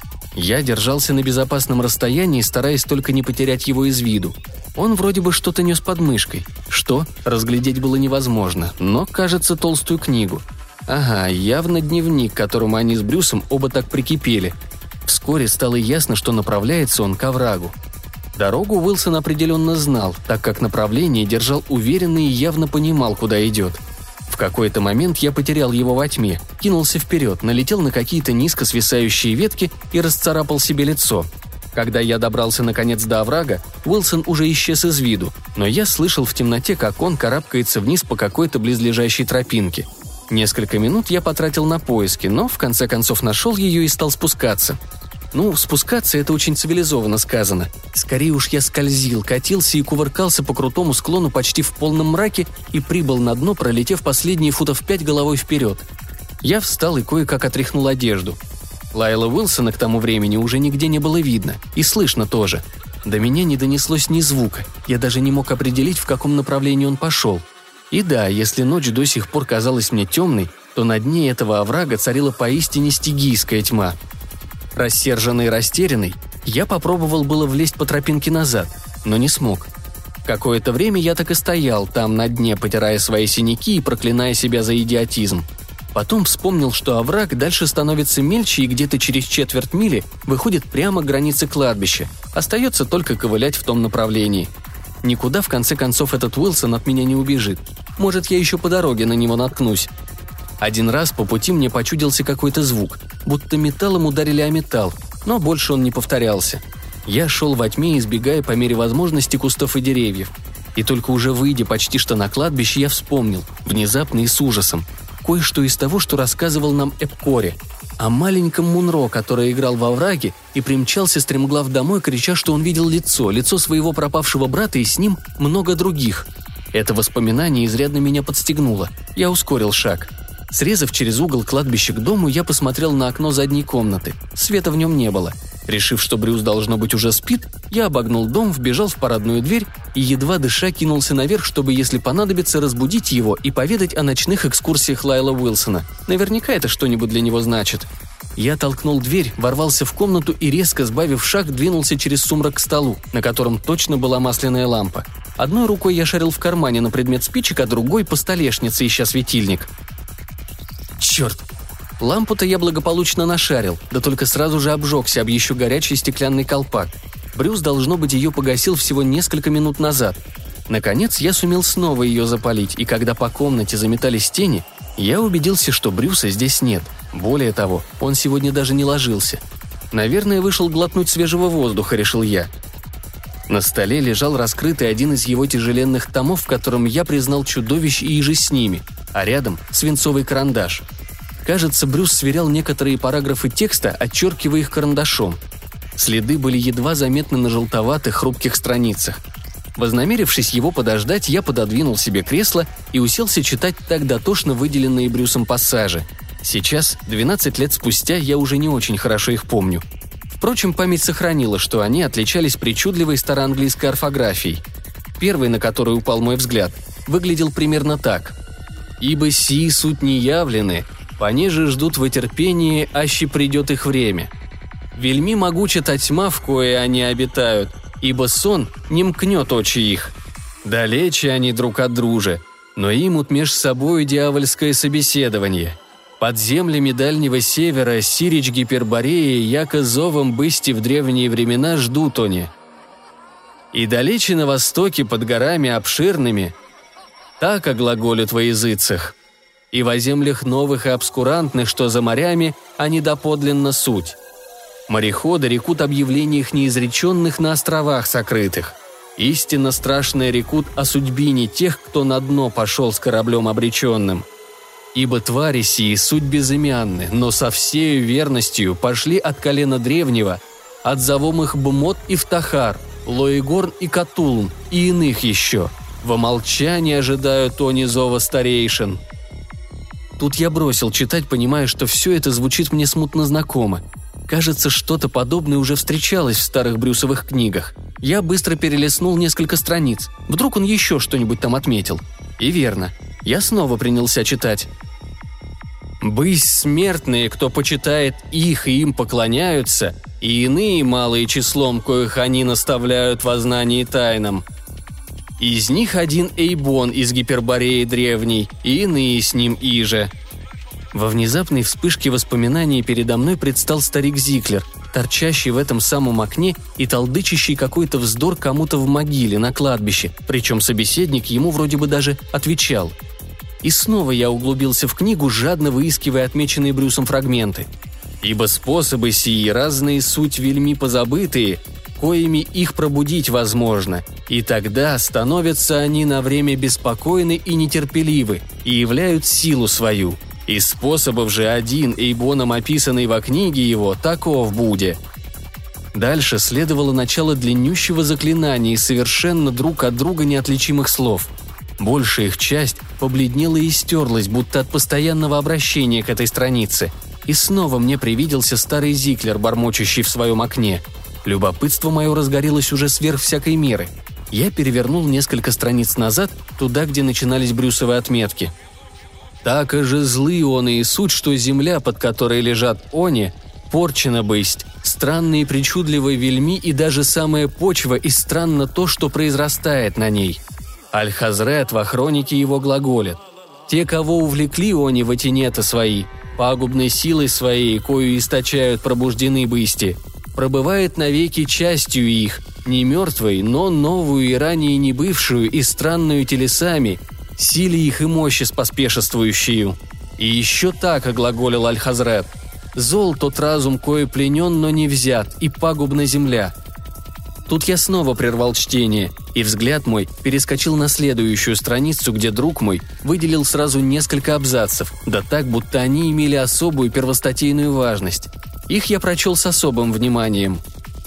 Speaker 1: Я держался на безопасном расстоянии, стараясь только не потерять его из виду. Он вроде бы что-то нес под мышкой. Что? Разглядеть было невозможно, но, кажется, толстую книгу. Ага, явно дневник, к которому они с Брюсом оба так прикипели. Вскоре стало ясно, что направляется он к оврагу. Дорогу Уилсон определенно знал, так как направление держал уверенно и явно понимал, куда идет. В какой-то момент я потерял его во тьме, кинулся вперед, налетел на какие-то низко свисающие ветки и расцарапал себе лицо. Когда я добрался наконец до оврага, Уилсон уже исчез из виду, но я слышал в темноте, как он карабкается вниз по какой-то близлежащей тропинке. Несколько минут я потратил на поиски, но в конце концов нашел ее и стал спускаться. Ну, спускаться – это очень цивилизованно сказано. Скорее уж я скользил, катился и кувыркался по крутому склону почти в полном мраке и прибыл на дно, пролетев последние футов пять головой вперед. Я встал и кое-как отряхнул одежду. Лайла Уилсона к тому времени уже нигде не было видно, и слышно тоже. До меня не донеслось ни звука, я даже не мог определить, в каком направлении он пошел. И да, если ночь до сих пор казалась мне темной, то на дне этого оврага царила поистине стигийская тьма. Рассерженный и растерянный, я попробовал было влезть по тропинке назад, но не смог. Какое-то время я так и стоял там на дне, потирая свои синяки и проклиная себя за идиотизм. Потом вспомнил, что овраг дальше становится мельче и где-то через четверть мили выходит прямо к границе кладбища. Остается только ковылять в том направлении. Никуда, в конце концов, этот Уилсон от меня не убежит. Может, я еще по дороге на него наткнусь. Один раз по пути мне почудился какой-то звук, будто металлом ударили о металл, но больше он не повторялся. Я шел во тьме, избегая по мере возможности кустов и деревьев. И только уже выйдя почти что на кладбище, я вспомнил, внезапно и с ужасом, кое-что из того, что рассказывал нам Эпкори, о маленьком Мунро, который играл во враге и примчался стремглав домой, крича, что он видел лицо, лицо своего пропавшего брата и с ним много других. Это воспоминание изрядно меня подстегнуло. Я ускорил шаг. Срезав через угол кладбища к дому, я посмотрел на окно задней комнаты. Света в нем не было. Решив, что Брюс, должно быть, уже спит, я обогнул дом, вбежал в парадную дверь и, едва дыша, кинулся наверх, чтобы, если понадобится, разбудить его и поведать о ночных экскурсиях Лайла Уилсона. Наверняка это что-нибудь для него значит. Я толкнул дверь, ворвался в комнату и, резко сбавив шаг, двинулся через сумрак к столу, на котором точно была масляная лампа. Одной рукой я шарил в кармане на предмет спичек, а другой – по столешнице, ища светильник. Черт! Лампу-то я благополучно нашарил, да только сразу же обжегся об еще горячий стеклянный колпак. Брюс, должно быть, ее погасил всего несколько минут назад. Наконец я сумел снова ее запалить, и когда по комнате заметались тени, я убедился, что Брюса здесь нет. Более того, он сегодня даже не ложился. Наверное, вышел глотнуть свежего воздуха, решил я. На столе лежал раскрытый один из его тяжеленных томов, в котором я признал чудовищ и иже с ними, а рядом свинцовый карандаш. Кажется, Брюс сверял некоторые параграфы текста, отчеркивая их карандашом. Следы были едва заметны на желтоватых, хрупких страницах. Вознамерившись его подождать, я пододвинул себе кресло и уселся читать так дотошно выделенные Брюсом пассажи. Сейчас, двенадцать лет спустя, я уже не очень хорошо их помню. Впрочем, память сохранила, что они отличались причудливой староанглийской орфографией. Первый, на который упал мой взгляд, выглядел примерно так. «Ибо сии суть не явлены, понеже ждут во терпении, аще придет их время. Вельми могуча та тьма, в кое они обитают, ибо сон не мкнет очи их. Далече они друг от дружи, но имут меж собою дьявольское собеседование. Под землями дальнего севера сирич Гипербореи, яко зовом бысти в древние времена ждут они. И далече на востоке под горами обширными, так оглаголят во языцах. И во землях новых и обскурантных, что за морями, они доподлинно суть. Мореходы рекут объявлениях неизреченных на островах сокрытых. Истинно страшное рекут о судьбине тех, кто на дно пошел с кораблем обреченным. Ибо твари сии суть безымянны, но со всею верностью пошли от колена древнего, от зовомых Бмот и Втахар, Лоигорн и Катулн и иных еще. Во молчании ожидают они зова старейшин». Тут я бросил читать, понимая, что все это звучит мне смутно знакомо. Кажется, что-то подобное уже встречалось в старых Брюсовых книгах. Я быстро перелистнул несколько страниц. Вдруг он еще что-нибудь там отметил. И верно. Я снова принялся читать. «Бысь смертные, кто почитает их и им поклоняются, и иные малые числом, коих они наставляют во знании тайном. Из них один Эйбон из Гипербореи древней, и иные с ним иже». Во внезапной вспышке воспоминаний передо мной предстал старик Зиклер, торчащий в этом самом окне и толдычащий какой-то вздор кому-то в могиле на кладбище, причем собеседник ему вроде бы даже отвечал. И снова я углубился в книгу, жадно выискивая отмеченные Брюсом фрагменты. «Ибо способы сии разные суть вельми позабытые, коими их пробудить возможно, и тогда становятся они на время беспокойны и нетерпеливы, и являют силу свою. Из способов же один, Эйбоном описанный во книге его, таков буде». Дальше следовало начало длиннющего заклинания из совершенно друг от друга неотличимых слов. Большая их часть побледнела и стерлась, будто от постоянного обращения к этой странице. И снова мне привиделся старый Зиклер, бормочущий в своем окне. Любопытство мое разгорелось уже сверх всякой меры. Я перевернул несколько страниц назад, туда, где начинались Брюсовы отметки. «Так и же злы он и суть, что земля, под которой лежат они, порчена бысть, странные и причудливые вельми и даже самая почва, и странно то, что произрастает на ней. Аль-Хазрет во хронике его глаголит. Те, кого увлекли они в тенета свои, пагубной силой своей, кою источают пробуждены бысти, пробывает навеки частью их, не мертвой, но новую и ранее не бывшую и странную телесами, силе их и мощи споспешествующую. И еще так оглаголил Аль-Хазрет. Зол тот разум, кое пленен, но не взят, и пагубна земля». Тут я снова прервал чтение, и взгляд мой перескочил на следующую страницу, где друг мой выделил сразу несколько абзацев, да так, будто они имели особую первостатейную важность. Их я прочел с особым вниманием.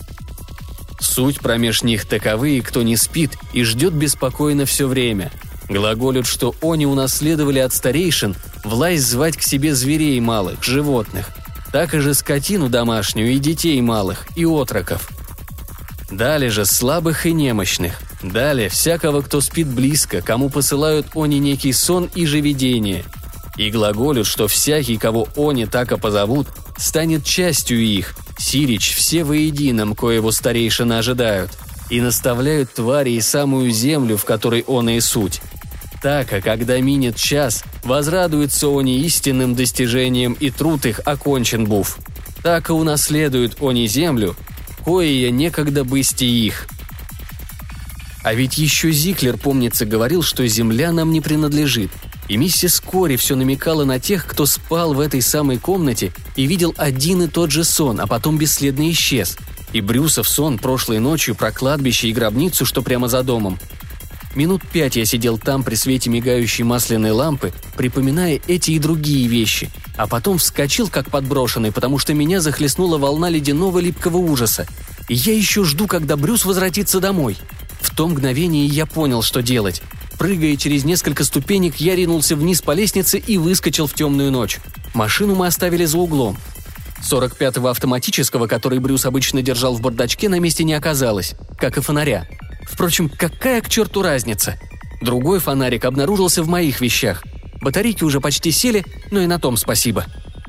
Speaker 1: «Суть промеж них таковые, кто не спит и ждет беспокойно все время. Глаголют, что они унаследовали от старейшин власть звать к себе зверей малых, животных, так и же скотину домашнюю и детей малых, и отроков. Далее же слабых и немощных. Далее всякого, кто спит близко, кому посылают они некий сон и же видение. И глаголют, что всякий, кого они так и позовут, станет частью их, сирич все воедином, коего старейшины ожидают, и наставляют твари и самую землю, в которой он и суть. Так, а когда минет час, возрадуются они истинным достижением, и труд их окончен був. Так и унаследуют они землю, коея некогда бысти их. А ведь еще Зиклер, помнится, говорил, что земля нам не принадлежит. И миссис Кори все намекала на тех, кто спал в этой самой комнате и видел один и тот же сон, а потом бесследно исчез. И Брюсов сон прошлой ночью про кладбище и гробницу, что прямо за домом. Минут пять я сидел там при свете мигающей масляной лампы, припоминая эти и другие вещи, а потом вскочил как подброшенный, потому что меня захлестнула волна ледяного липкого ужаса. И я еще жду, когда Брюс возвратится домой. В то мгновение я понял, что делать. Прыгая через несколько ступенек, я ринулся вниз по лестнице и выскочил в темную ночь. Машину мы оставили за углом. сорок пятого автоматического, который Брюс обычно держал в бардачке, на месте не оказалось, как и фонаря. Впрочем, какая к черту разница? Другой фонарик обнаружился в моих вещах. Батарейки уже почти сели, но и на том спасибо.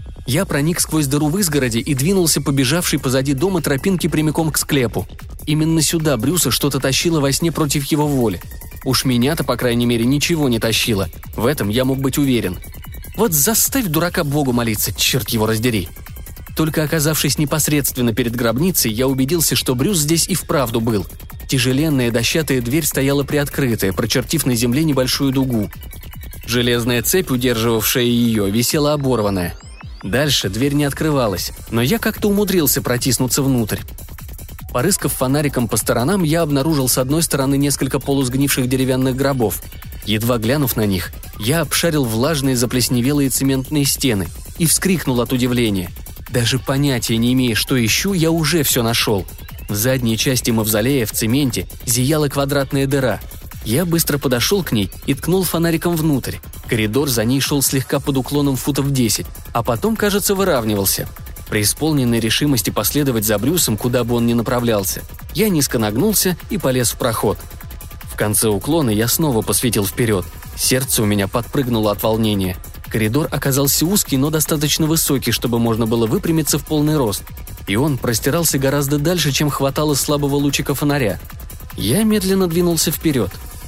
Speaker 1: Я проник сквозь дыру в изгороди и двинулся по бежавшей позади дома тропинке прямиком к склепу. Именно сюда Брюса что-то тащило во сне против его воли. Уж меня-то, по крайней мере, ничего не тащило. В этом я мог быть уверен. Вот заставь дурака Богу молиться, черт его раздери. Только оказавшись непосредственно перед гробницей, я убедился, что Брюс здесь и вправду был. Тяжеленная дощатая дверь стояла приоткрытая, прочертив на земле небольшую дугу. Железная цепь, удерживавшая ее, висела оборванная. Дальше дверь не открывалась, но я как-то умудрился протиснуться внутрь. Порыскав фонариком по сторонам, я обнаружил с одной стороны несколько полусгнивших деревянных гробов. Едва глянув на них, я обшарил влажные заплесневелые цементные стены и вскрикнул от удивления. Даже понятия не имея, что ищу, я уже все нашел. В задней части мавзолея в цементе зияла квадратная дыра. Я быстро подошел к ней и ткнул фонариком внутрь. Коридор за ней шел слегка под уклоном футов десять, а потом, кажется, выравнивался. При исполненной решимости последовать за Брюсом, куда бы он ни направлялся, я низко нагнулся и полез в проход. В конце уклона я снова посветил вперед. Сердце у меня подпрыгнуло от волнения. Коридор оказался узкий, но достаточно высокий, чтобы можно было выпрямиться в полный рост. И он простирался гораздо дальше, чем хватало слабого лучика фонаря. Я медленно двинулся вперед.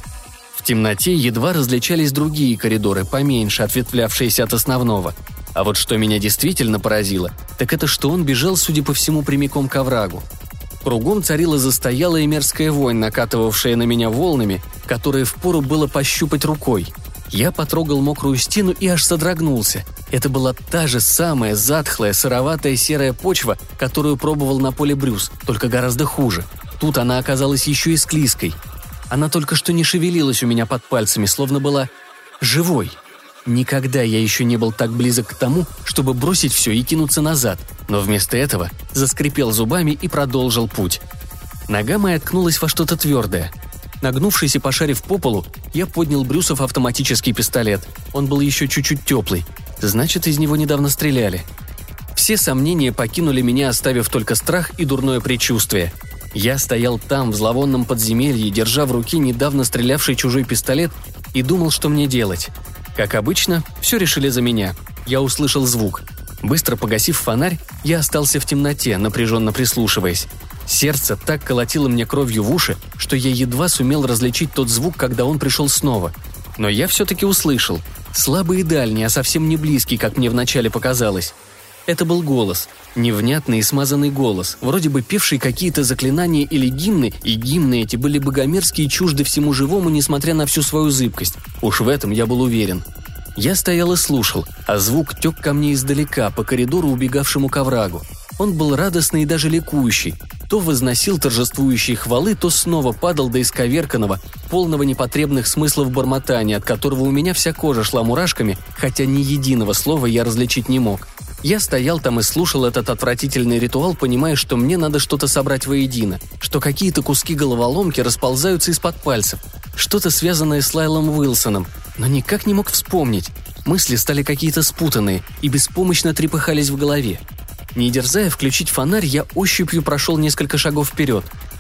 Speaker 1: В темноте едва различались другие коридоры, поменьше, ответвлявшиеся от основного. А вот что меня действительно поразило, так это что он бежал, судя по всему, прямиком к оврагу. Кругом царила застоялая и мерзкая вонь, накатывавшая на меня волнами, которые впору было пощупать рукой. Я потрогал мокрую стену и аж содрогнулся. Это была та же самая затхлая, сыроватая серая почва, которую пробовал на поле Брюс, только гораздо хуже. Тут она оказалась еще и склизкой. Она только что не шевелилась у меня под пальцами, словно была живой. Никогда я еще не был так близок к тому, чтобы бросить все и кинуться назад, но вместо этого заскрипел зубами и продолжил путь. Нога моя ткнулась во что-то твердое. Нагнувшись и пошарив по полу, я поднял Брюсов автоматический пистолет. Он был еще чуть-чуть теплый. Значит, из него недавно стреляли. Все сомнения покинули меня, оставив только страх и дурное предчувствие. Я стоял там, в зловонном подземелье, держа в руке недавно стрелявший чужой пистолет, и думал, что мне делать. Как обычно, все решили за меня. Я услышал звук. Быстро погасив фонарь, я остался в темноте, напряженно прислушиваясь. Сердце так колотило мне кровью в уши, что я едва сумел различить тот звук, когда он пришел снова. Но я все-таки услышал. Слабый и дальний, а совсем не близкий, как мне вначале показалось. Это был голос. Невнятный и смазанный голос, вроде бы певший какие-то заклинания или гимны, и гимны эти были богомерзкие и чужды всему живому, несмотря на всю свою зыбкость. Уж в этом я был уверен. Я стоял и слушал, а звук тек ко мне издалека, по коридору, убегавшему к оврагу. Он был радостный и даже ликующий. То возносил торжествующие хвалы, то снова падал до исковерканного, полного непотребных смыслов бормотания, от которого у меня вся кожа шла мурашками, хотя ни единого слова я различить не мог. Я стоял там и слушал этот отвратительный ритуал, понимая, что мне надо что-то собрать воедино, что какие-то куски головоломки расползаются из-под пальцев, что-то связанное с Лайлом Уилсоном, но никак не мог вспомнить. Мысли стали какие-то спутанные и беспомощно трепыхались в голове. Не дерзая включить фонарь, я ощупью прошел несколько шагов вперед.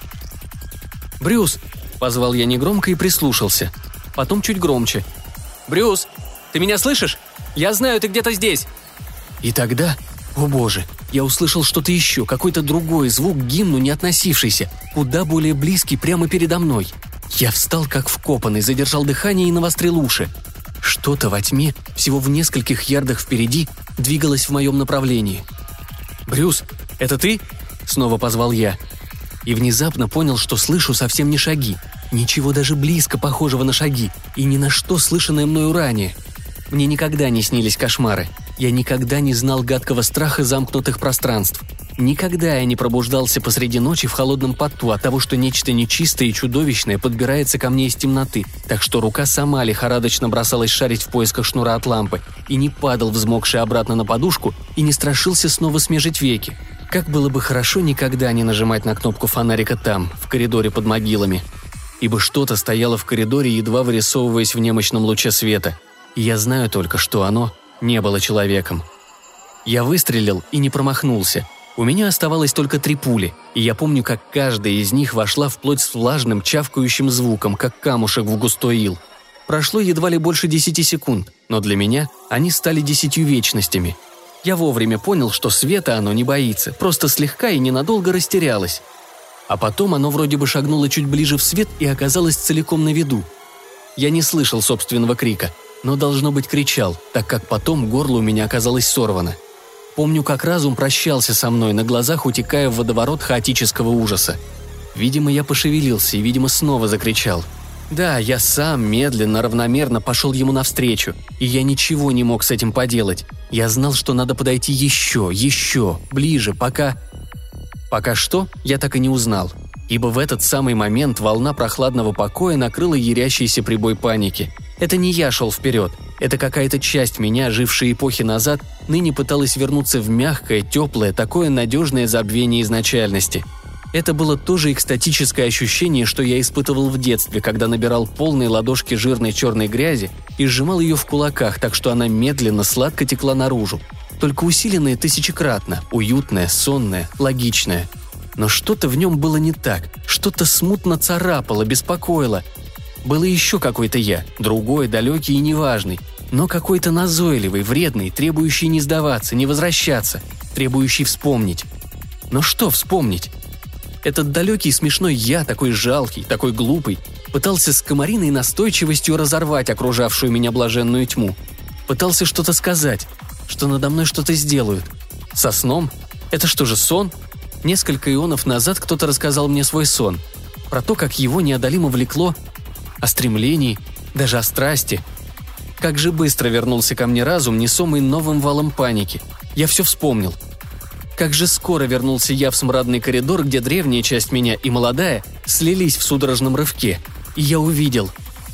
Speaker 1: «Брюс!» – позвал я негромко и прислушался. Потом чуть громче. «Брюс! Ты меня слышишь? Я знаю, ты где-то здесь!» И тогда, о боже, я услышал что-то еще, какой-то другой звук к гимну не относившийся, куда более близкий прямо передо мной. Я встал как вкопанный, задержал дыхание и навострил уши. Что-то во тьме, всего в нескольких ярдах впереди, двигалось в моем направлении. «Брюс, это ты?» – снова позвал я. И внезапно понял, что слышу совсем не шаги. Ничего даже близко похожего на шаги, и ни на что слышанное мною ранее. Мне никогда не снились кошмары. Я никогда не знал гадкого страха замкнутых пространств. Никогда я не пробуждался посреди ночи в холодном поту от того, что нечто нечистое и чудовищное подбирается ко мне из темноты, так что рука сама лихорадочно бросалась шарить в поисках шнура от лампы, и не падал взмокший обратно на подушку, и не страшился снова смежить веки. Как было бы хорошо никогда не нажимать на кнопку фонарика там, в коридоре под могилами. Ибо что-то стояло в коридоре, едва вырисовываясь в немощном луче света. И я знаю только, что оно не было человеком. Я выстрелил и не промахнулся. У меня оставалось только три пули, и я помню, как каждая из них вошла вплоть с влажным, чавкающим звуком, как камушек в густой ил. Прошло едва ли больше десяти секунд, но для меня они стали десятью вечностями. Я вовремя понял, что света оно не боится, просто слегка и ненадолго растерялось. А потом оно вроде бы шагнуло чуть ближе в свет и оказалось целиком на виду. Я не слышал собственного крика, но, должно быть, кричал, так как потом горло у меня оказалось сорвано. Помню, как разум прощался со мной, на глазах утекая в водоворот хаотического ужаса. Видимо, я пошевелился и, видимо, снова закричал. Да, я сам медленно, равномерно пошел ему навстречу, и я ничего не мог с этим поделать. Я знал, что надо подойти еще, еще, ближе, пока... Пока что, я так и не узнал, ибо в этот самый момент волна прохладного покоя накрыла ярящийся прибой паники. Это не я шел вперед, это какая-то часть меня, жившая эпохи назад, ныне пыталась вернуться в мягкое, теплое, такое надежное забвение изначальности. Это было то же экстатическое ощущение, что я испытывал в детстве, когда набирал полные ладошки жирной черной грязи и сжимал ее в кулаках, так что она медленно, сладко текла наружу. Только усиленное тысячекратно, уютное, сонное, логичное. Но что-то в нем было не так, что-то смутно царапало, беспокоило. Было еще какой-то я, другой, далекий и неважный, но какой-то назойливый, вредный, требующий не сдаваться, не возвращаться, требующий вспомнить. Но что вспомнить? Этот далекий смешной я, такой жалкий, такой глупый, пытался с комариной настойчивостью разорвать окружавшую меня блаженную тьму. Пытался что-то сказать, что надо мной что-то сделают. Со сном? Это что же, сон? Несколько ионов назад кто-то рассказал мне свой сон. Про то, как его неодолимо влекло, о стремлении, даже о страсти. Как же быстро вернулся ко мне разум, несомый новым валом паники. Я все вспомнил. Как же скоро вернулся я в смрадный коридор, где древняя часть меня и молодая слились в судорожном рывке. И я увидел.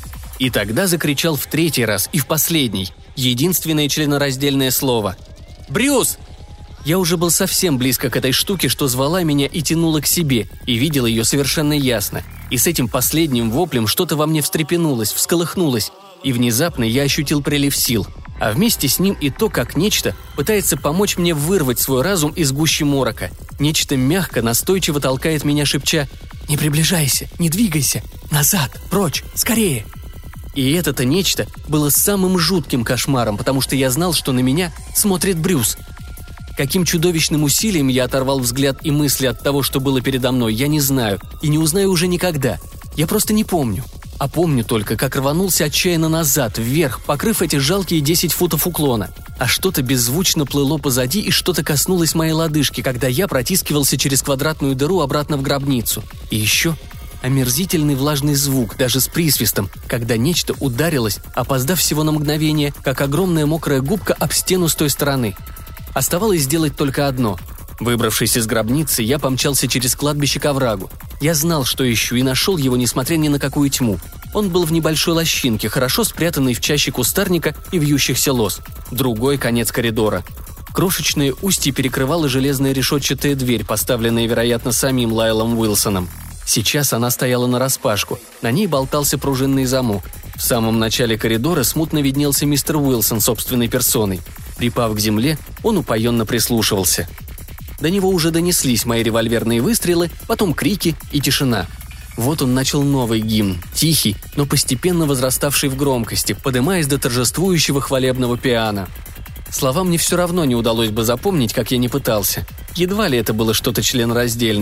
Speaker 1: И тогда закричал в третий раз и в последний, единственное членораздельное слово. «Брюс!» Я уже был совсем близко к этой штуке, что звала меня и тянула к себе, и видел ее совершенно ясно. И с этим последним воплем что-то во мне встрепенулось, всколыхнулось, и внезапно я ощутил прилив сил, а вместе с ним и то, как нечто пытается помочь мне вырвать свой разум из гущи морока. Нечто мягко, настойчиво толкает меня, шепча «Не приближайся, не двигайся, назад, прочь, скорее!» И это-то нечто было самым жутким кошмаром, потому что я знал, что на меня смотрит Брюс. Каким чудовищным усилием я оторвал взгляд и мысли от того, что было передо мной, я не знаю и не узнаю уже никогда. Я просто не помню. А помню только, как рванулся отчаянно назад, вверх, покрыв эти жалкие десять футов уклона. А что-то беззвучно плыло позади, и что-то коснулось моей лодыжки, когда я протискивался через квадратную дыру обратно в гробницу. И еще омерзительный влажный звук, даже с присвистом, когда нечто ударилось, опоздав всего на мгновение, как огромная мокрая губка об стену с той стороны. Оставалось сделать только одно. Выбравшись из гробницы, я помчался через кладбище к оврагу. Я знал, что ищу, и нашел его, несмотря ни на какую тьму. Он был в небольшой лощинке, хорошо спрятанной в чаще кустарника и вьющихся лоз. Другой конец коридора. Крошечное устье перекрывала железная решетчатая дверь, поставленная, вероятно, самим Лайлом Уилсоном. Сейчас она стояла нараспашку, на ней болтался пружинный замок. В самом начале коридора смутно виднелся мистер Уилсон собственной персоной. Припав к земле, он упоенно прислушивался. До него уже донеслись мои револьверные выстрелы, потом крики и тишина. Вот он начал новый гимн, тихий, но постепенно возраставший в громкости, подымаясь до торжествующего хвалебного пиано. Слова мне все равно не удалось бы запомнить, как я не пытался. Едва ли это было что-то членораздельное.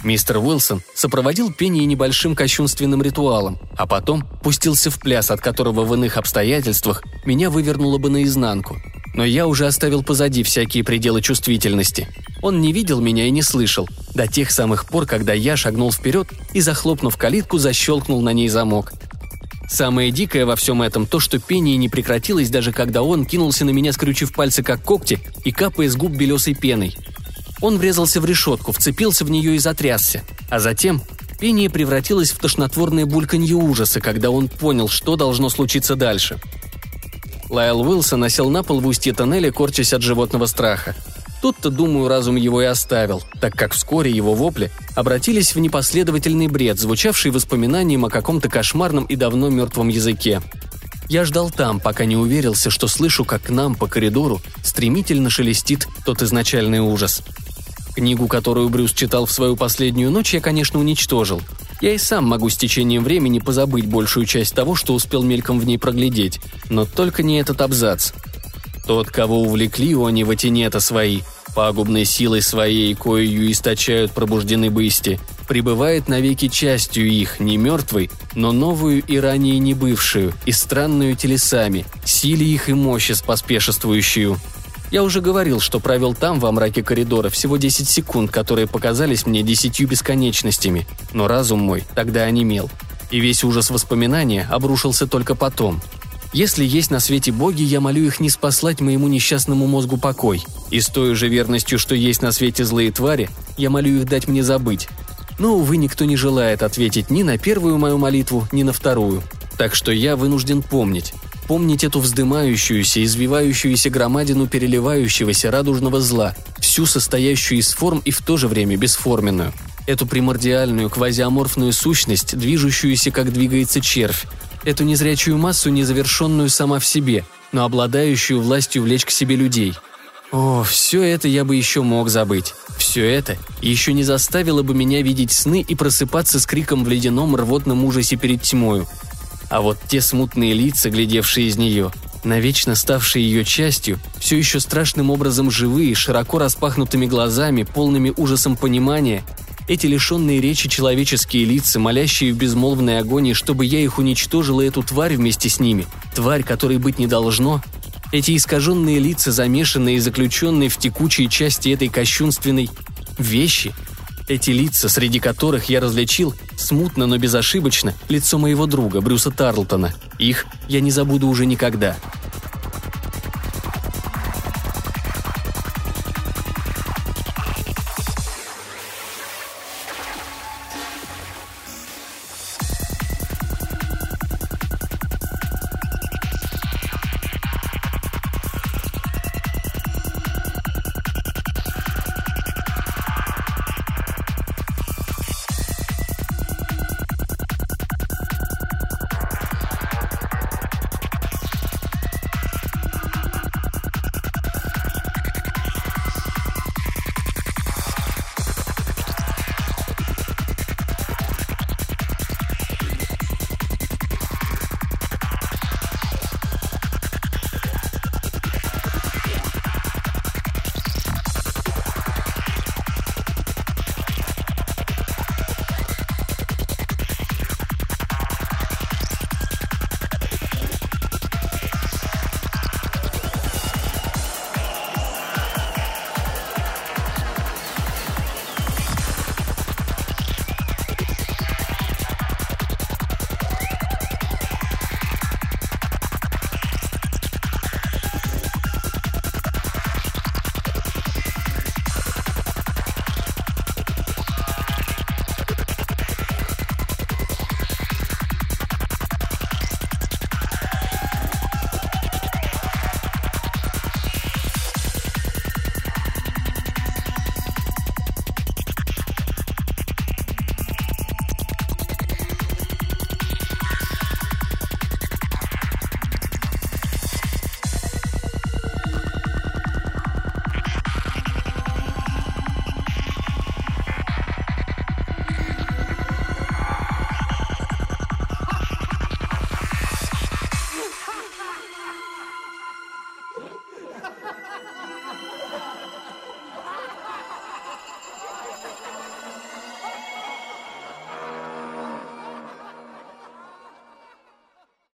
Speaker 1: Мистер Уилсон сопроводил пение небольшим кощунственным ритуалом, а потом пустился в пляс, от которого в иных обстоятельствах меня вывернуло бы наизнанку. Но я уже оставил позади всякие пределы чувствительности. Он не видел меня и не слышал, до тех самых пор, когда я шагнул вперед и, захлопнув калитку, защелкнул на ней замок. Самое дикое во всем этом то, что пение не прекратилось, даже когда он кинулся на меня, скрючив пальцы как когти и капая с губ белесой пеной. Он врезался в решетку, вцепился в нее и затрясся. А затем пение превратилось в тошнотворное бульканье ужаса, когда он понял, что должно случиться дальше. Лайл Уилсон осел на пол в устье тоннеля, корчась от животного страха. Тут-то, думаю, разум его и оставил, так как вскоре его вопли обратились в непоследовательный бред, звучавший воспоминанием о каком-то кошмарном и давно мертвом языке. Я ждал там, пока не уверился, что слышу, как к нам по коридору стремительно шелестит тот изначальный ужас. Книгу, которую Брюс читал в свою последнюю ночь, я, конечно, уничтожил. Я и сам могу с течением времени позабыть большую часть того, что успел мельком в ней проглядеть, но только не этот абзац. Тот, кого увлекли они во тени-то свои, пагубной силой своей, коею источают пробуждены бысти, пребывает навеки частью их, не мертвой, но новую и ранее не бывшую, и странную телесами, силе их и мощи споспешествующую. Я уже говорил, что провел там, во мраке коридора, всего десять секунд, которые показались мне десятью бесконечностями, но разум мой тогда онемел, и весь ужас воспоминания обрушился только потом. Если есть на свете боги, я молю их не спаслать моему несчастному мозгу покой. И с той же верностью, что есть на свете злые твари, я молю их дать мне забыть. Но, увы, никто не желает ответить ни на первую мою молитву, ни на вторую. Так что я вынужден помнить. Помнить эту вздымающуюся, извивающуюся громадину переливающегося радужного зла, всю состоящую из форм и в то же время бесформенную. Эту примордиальную квазиаморфную сущность, движущуюся, как двигается червь. Эту незрячую массу, незавершенную сама в себе, но обладающую властью влечь к себе людей. О, все это я бы еще мог забыть. Все это еще не заставило бы меня видеть сны и просыпаться с криком в ледяном рвотном ужасе перед тьмою. А вот те смутные лица, глядевшие из нее, навечно ставшие ее частью, все еще страшным образом живые, широко распахнутыми глазами, полными ужасом понимания, эти лишенные речи человеческие лица, молящие в безмолвной агонии, чтобы я их уничтожил и эту тварь вместе с ними, тварь, которой быть не должно, эти искаженные лица, замешанные и заключенные в текучие части этой кощунственной вещи, эти лица, среди которых я различил, смутно, но безошибочно, лицо моего друга, Брюса Тарлтона. Их я не забуду уже никогда.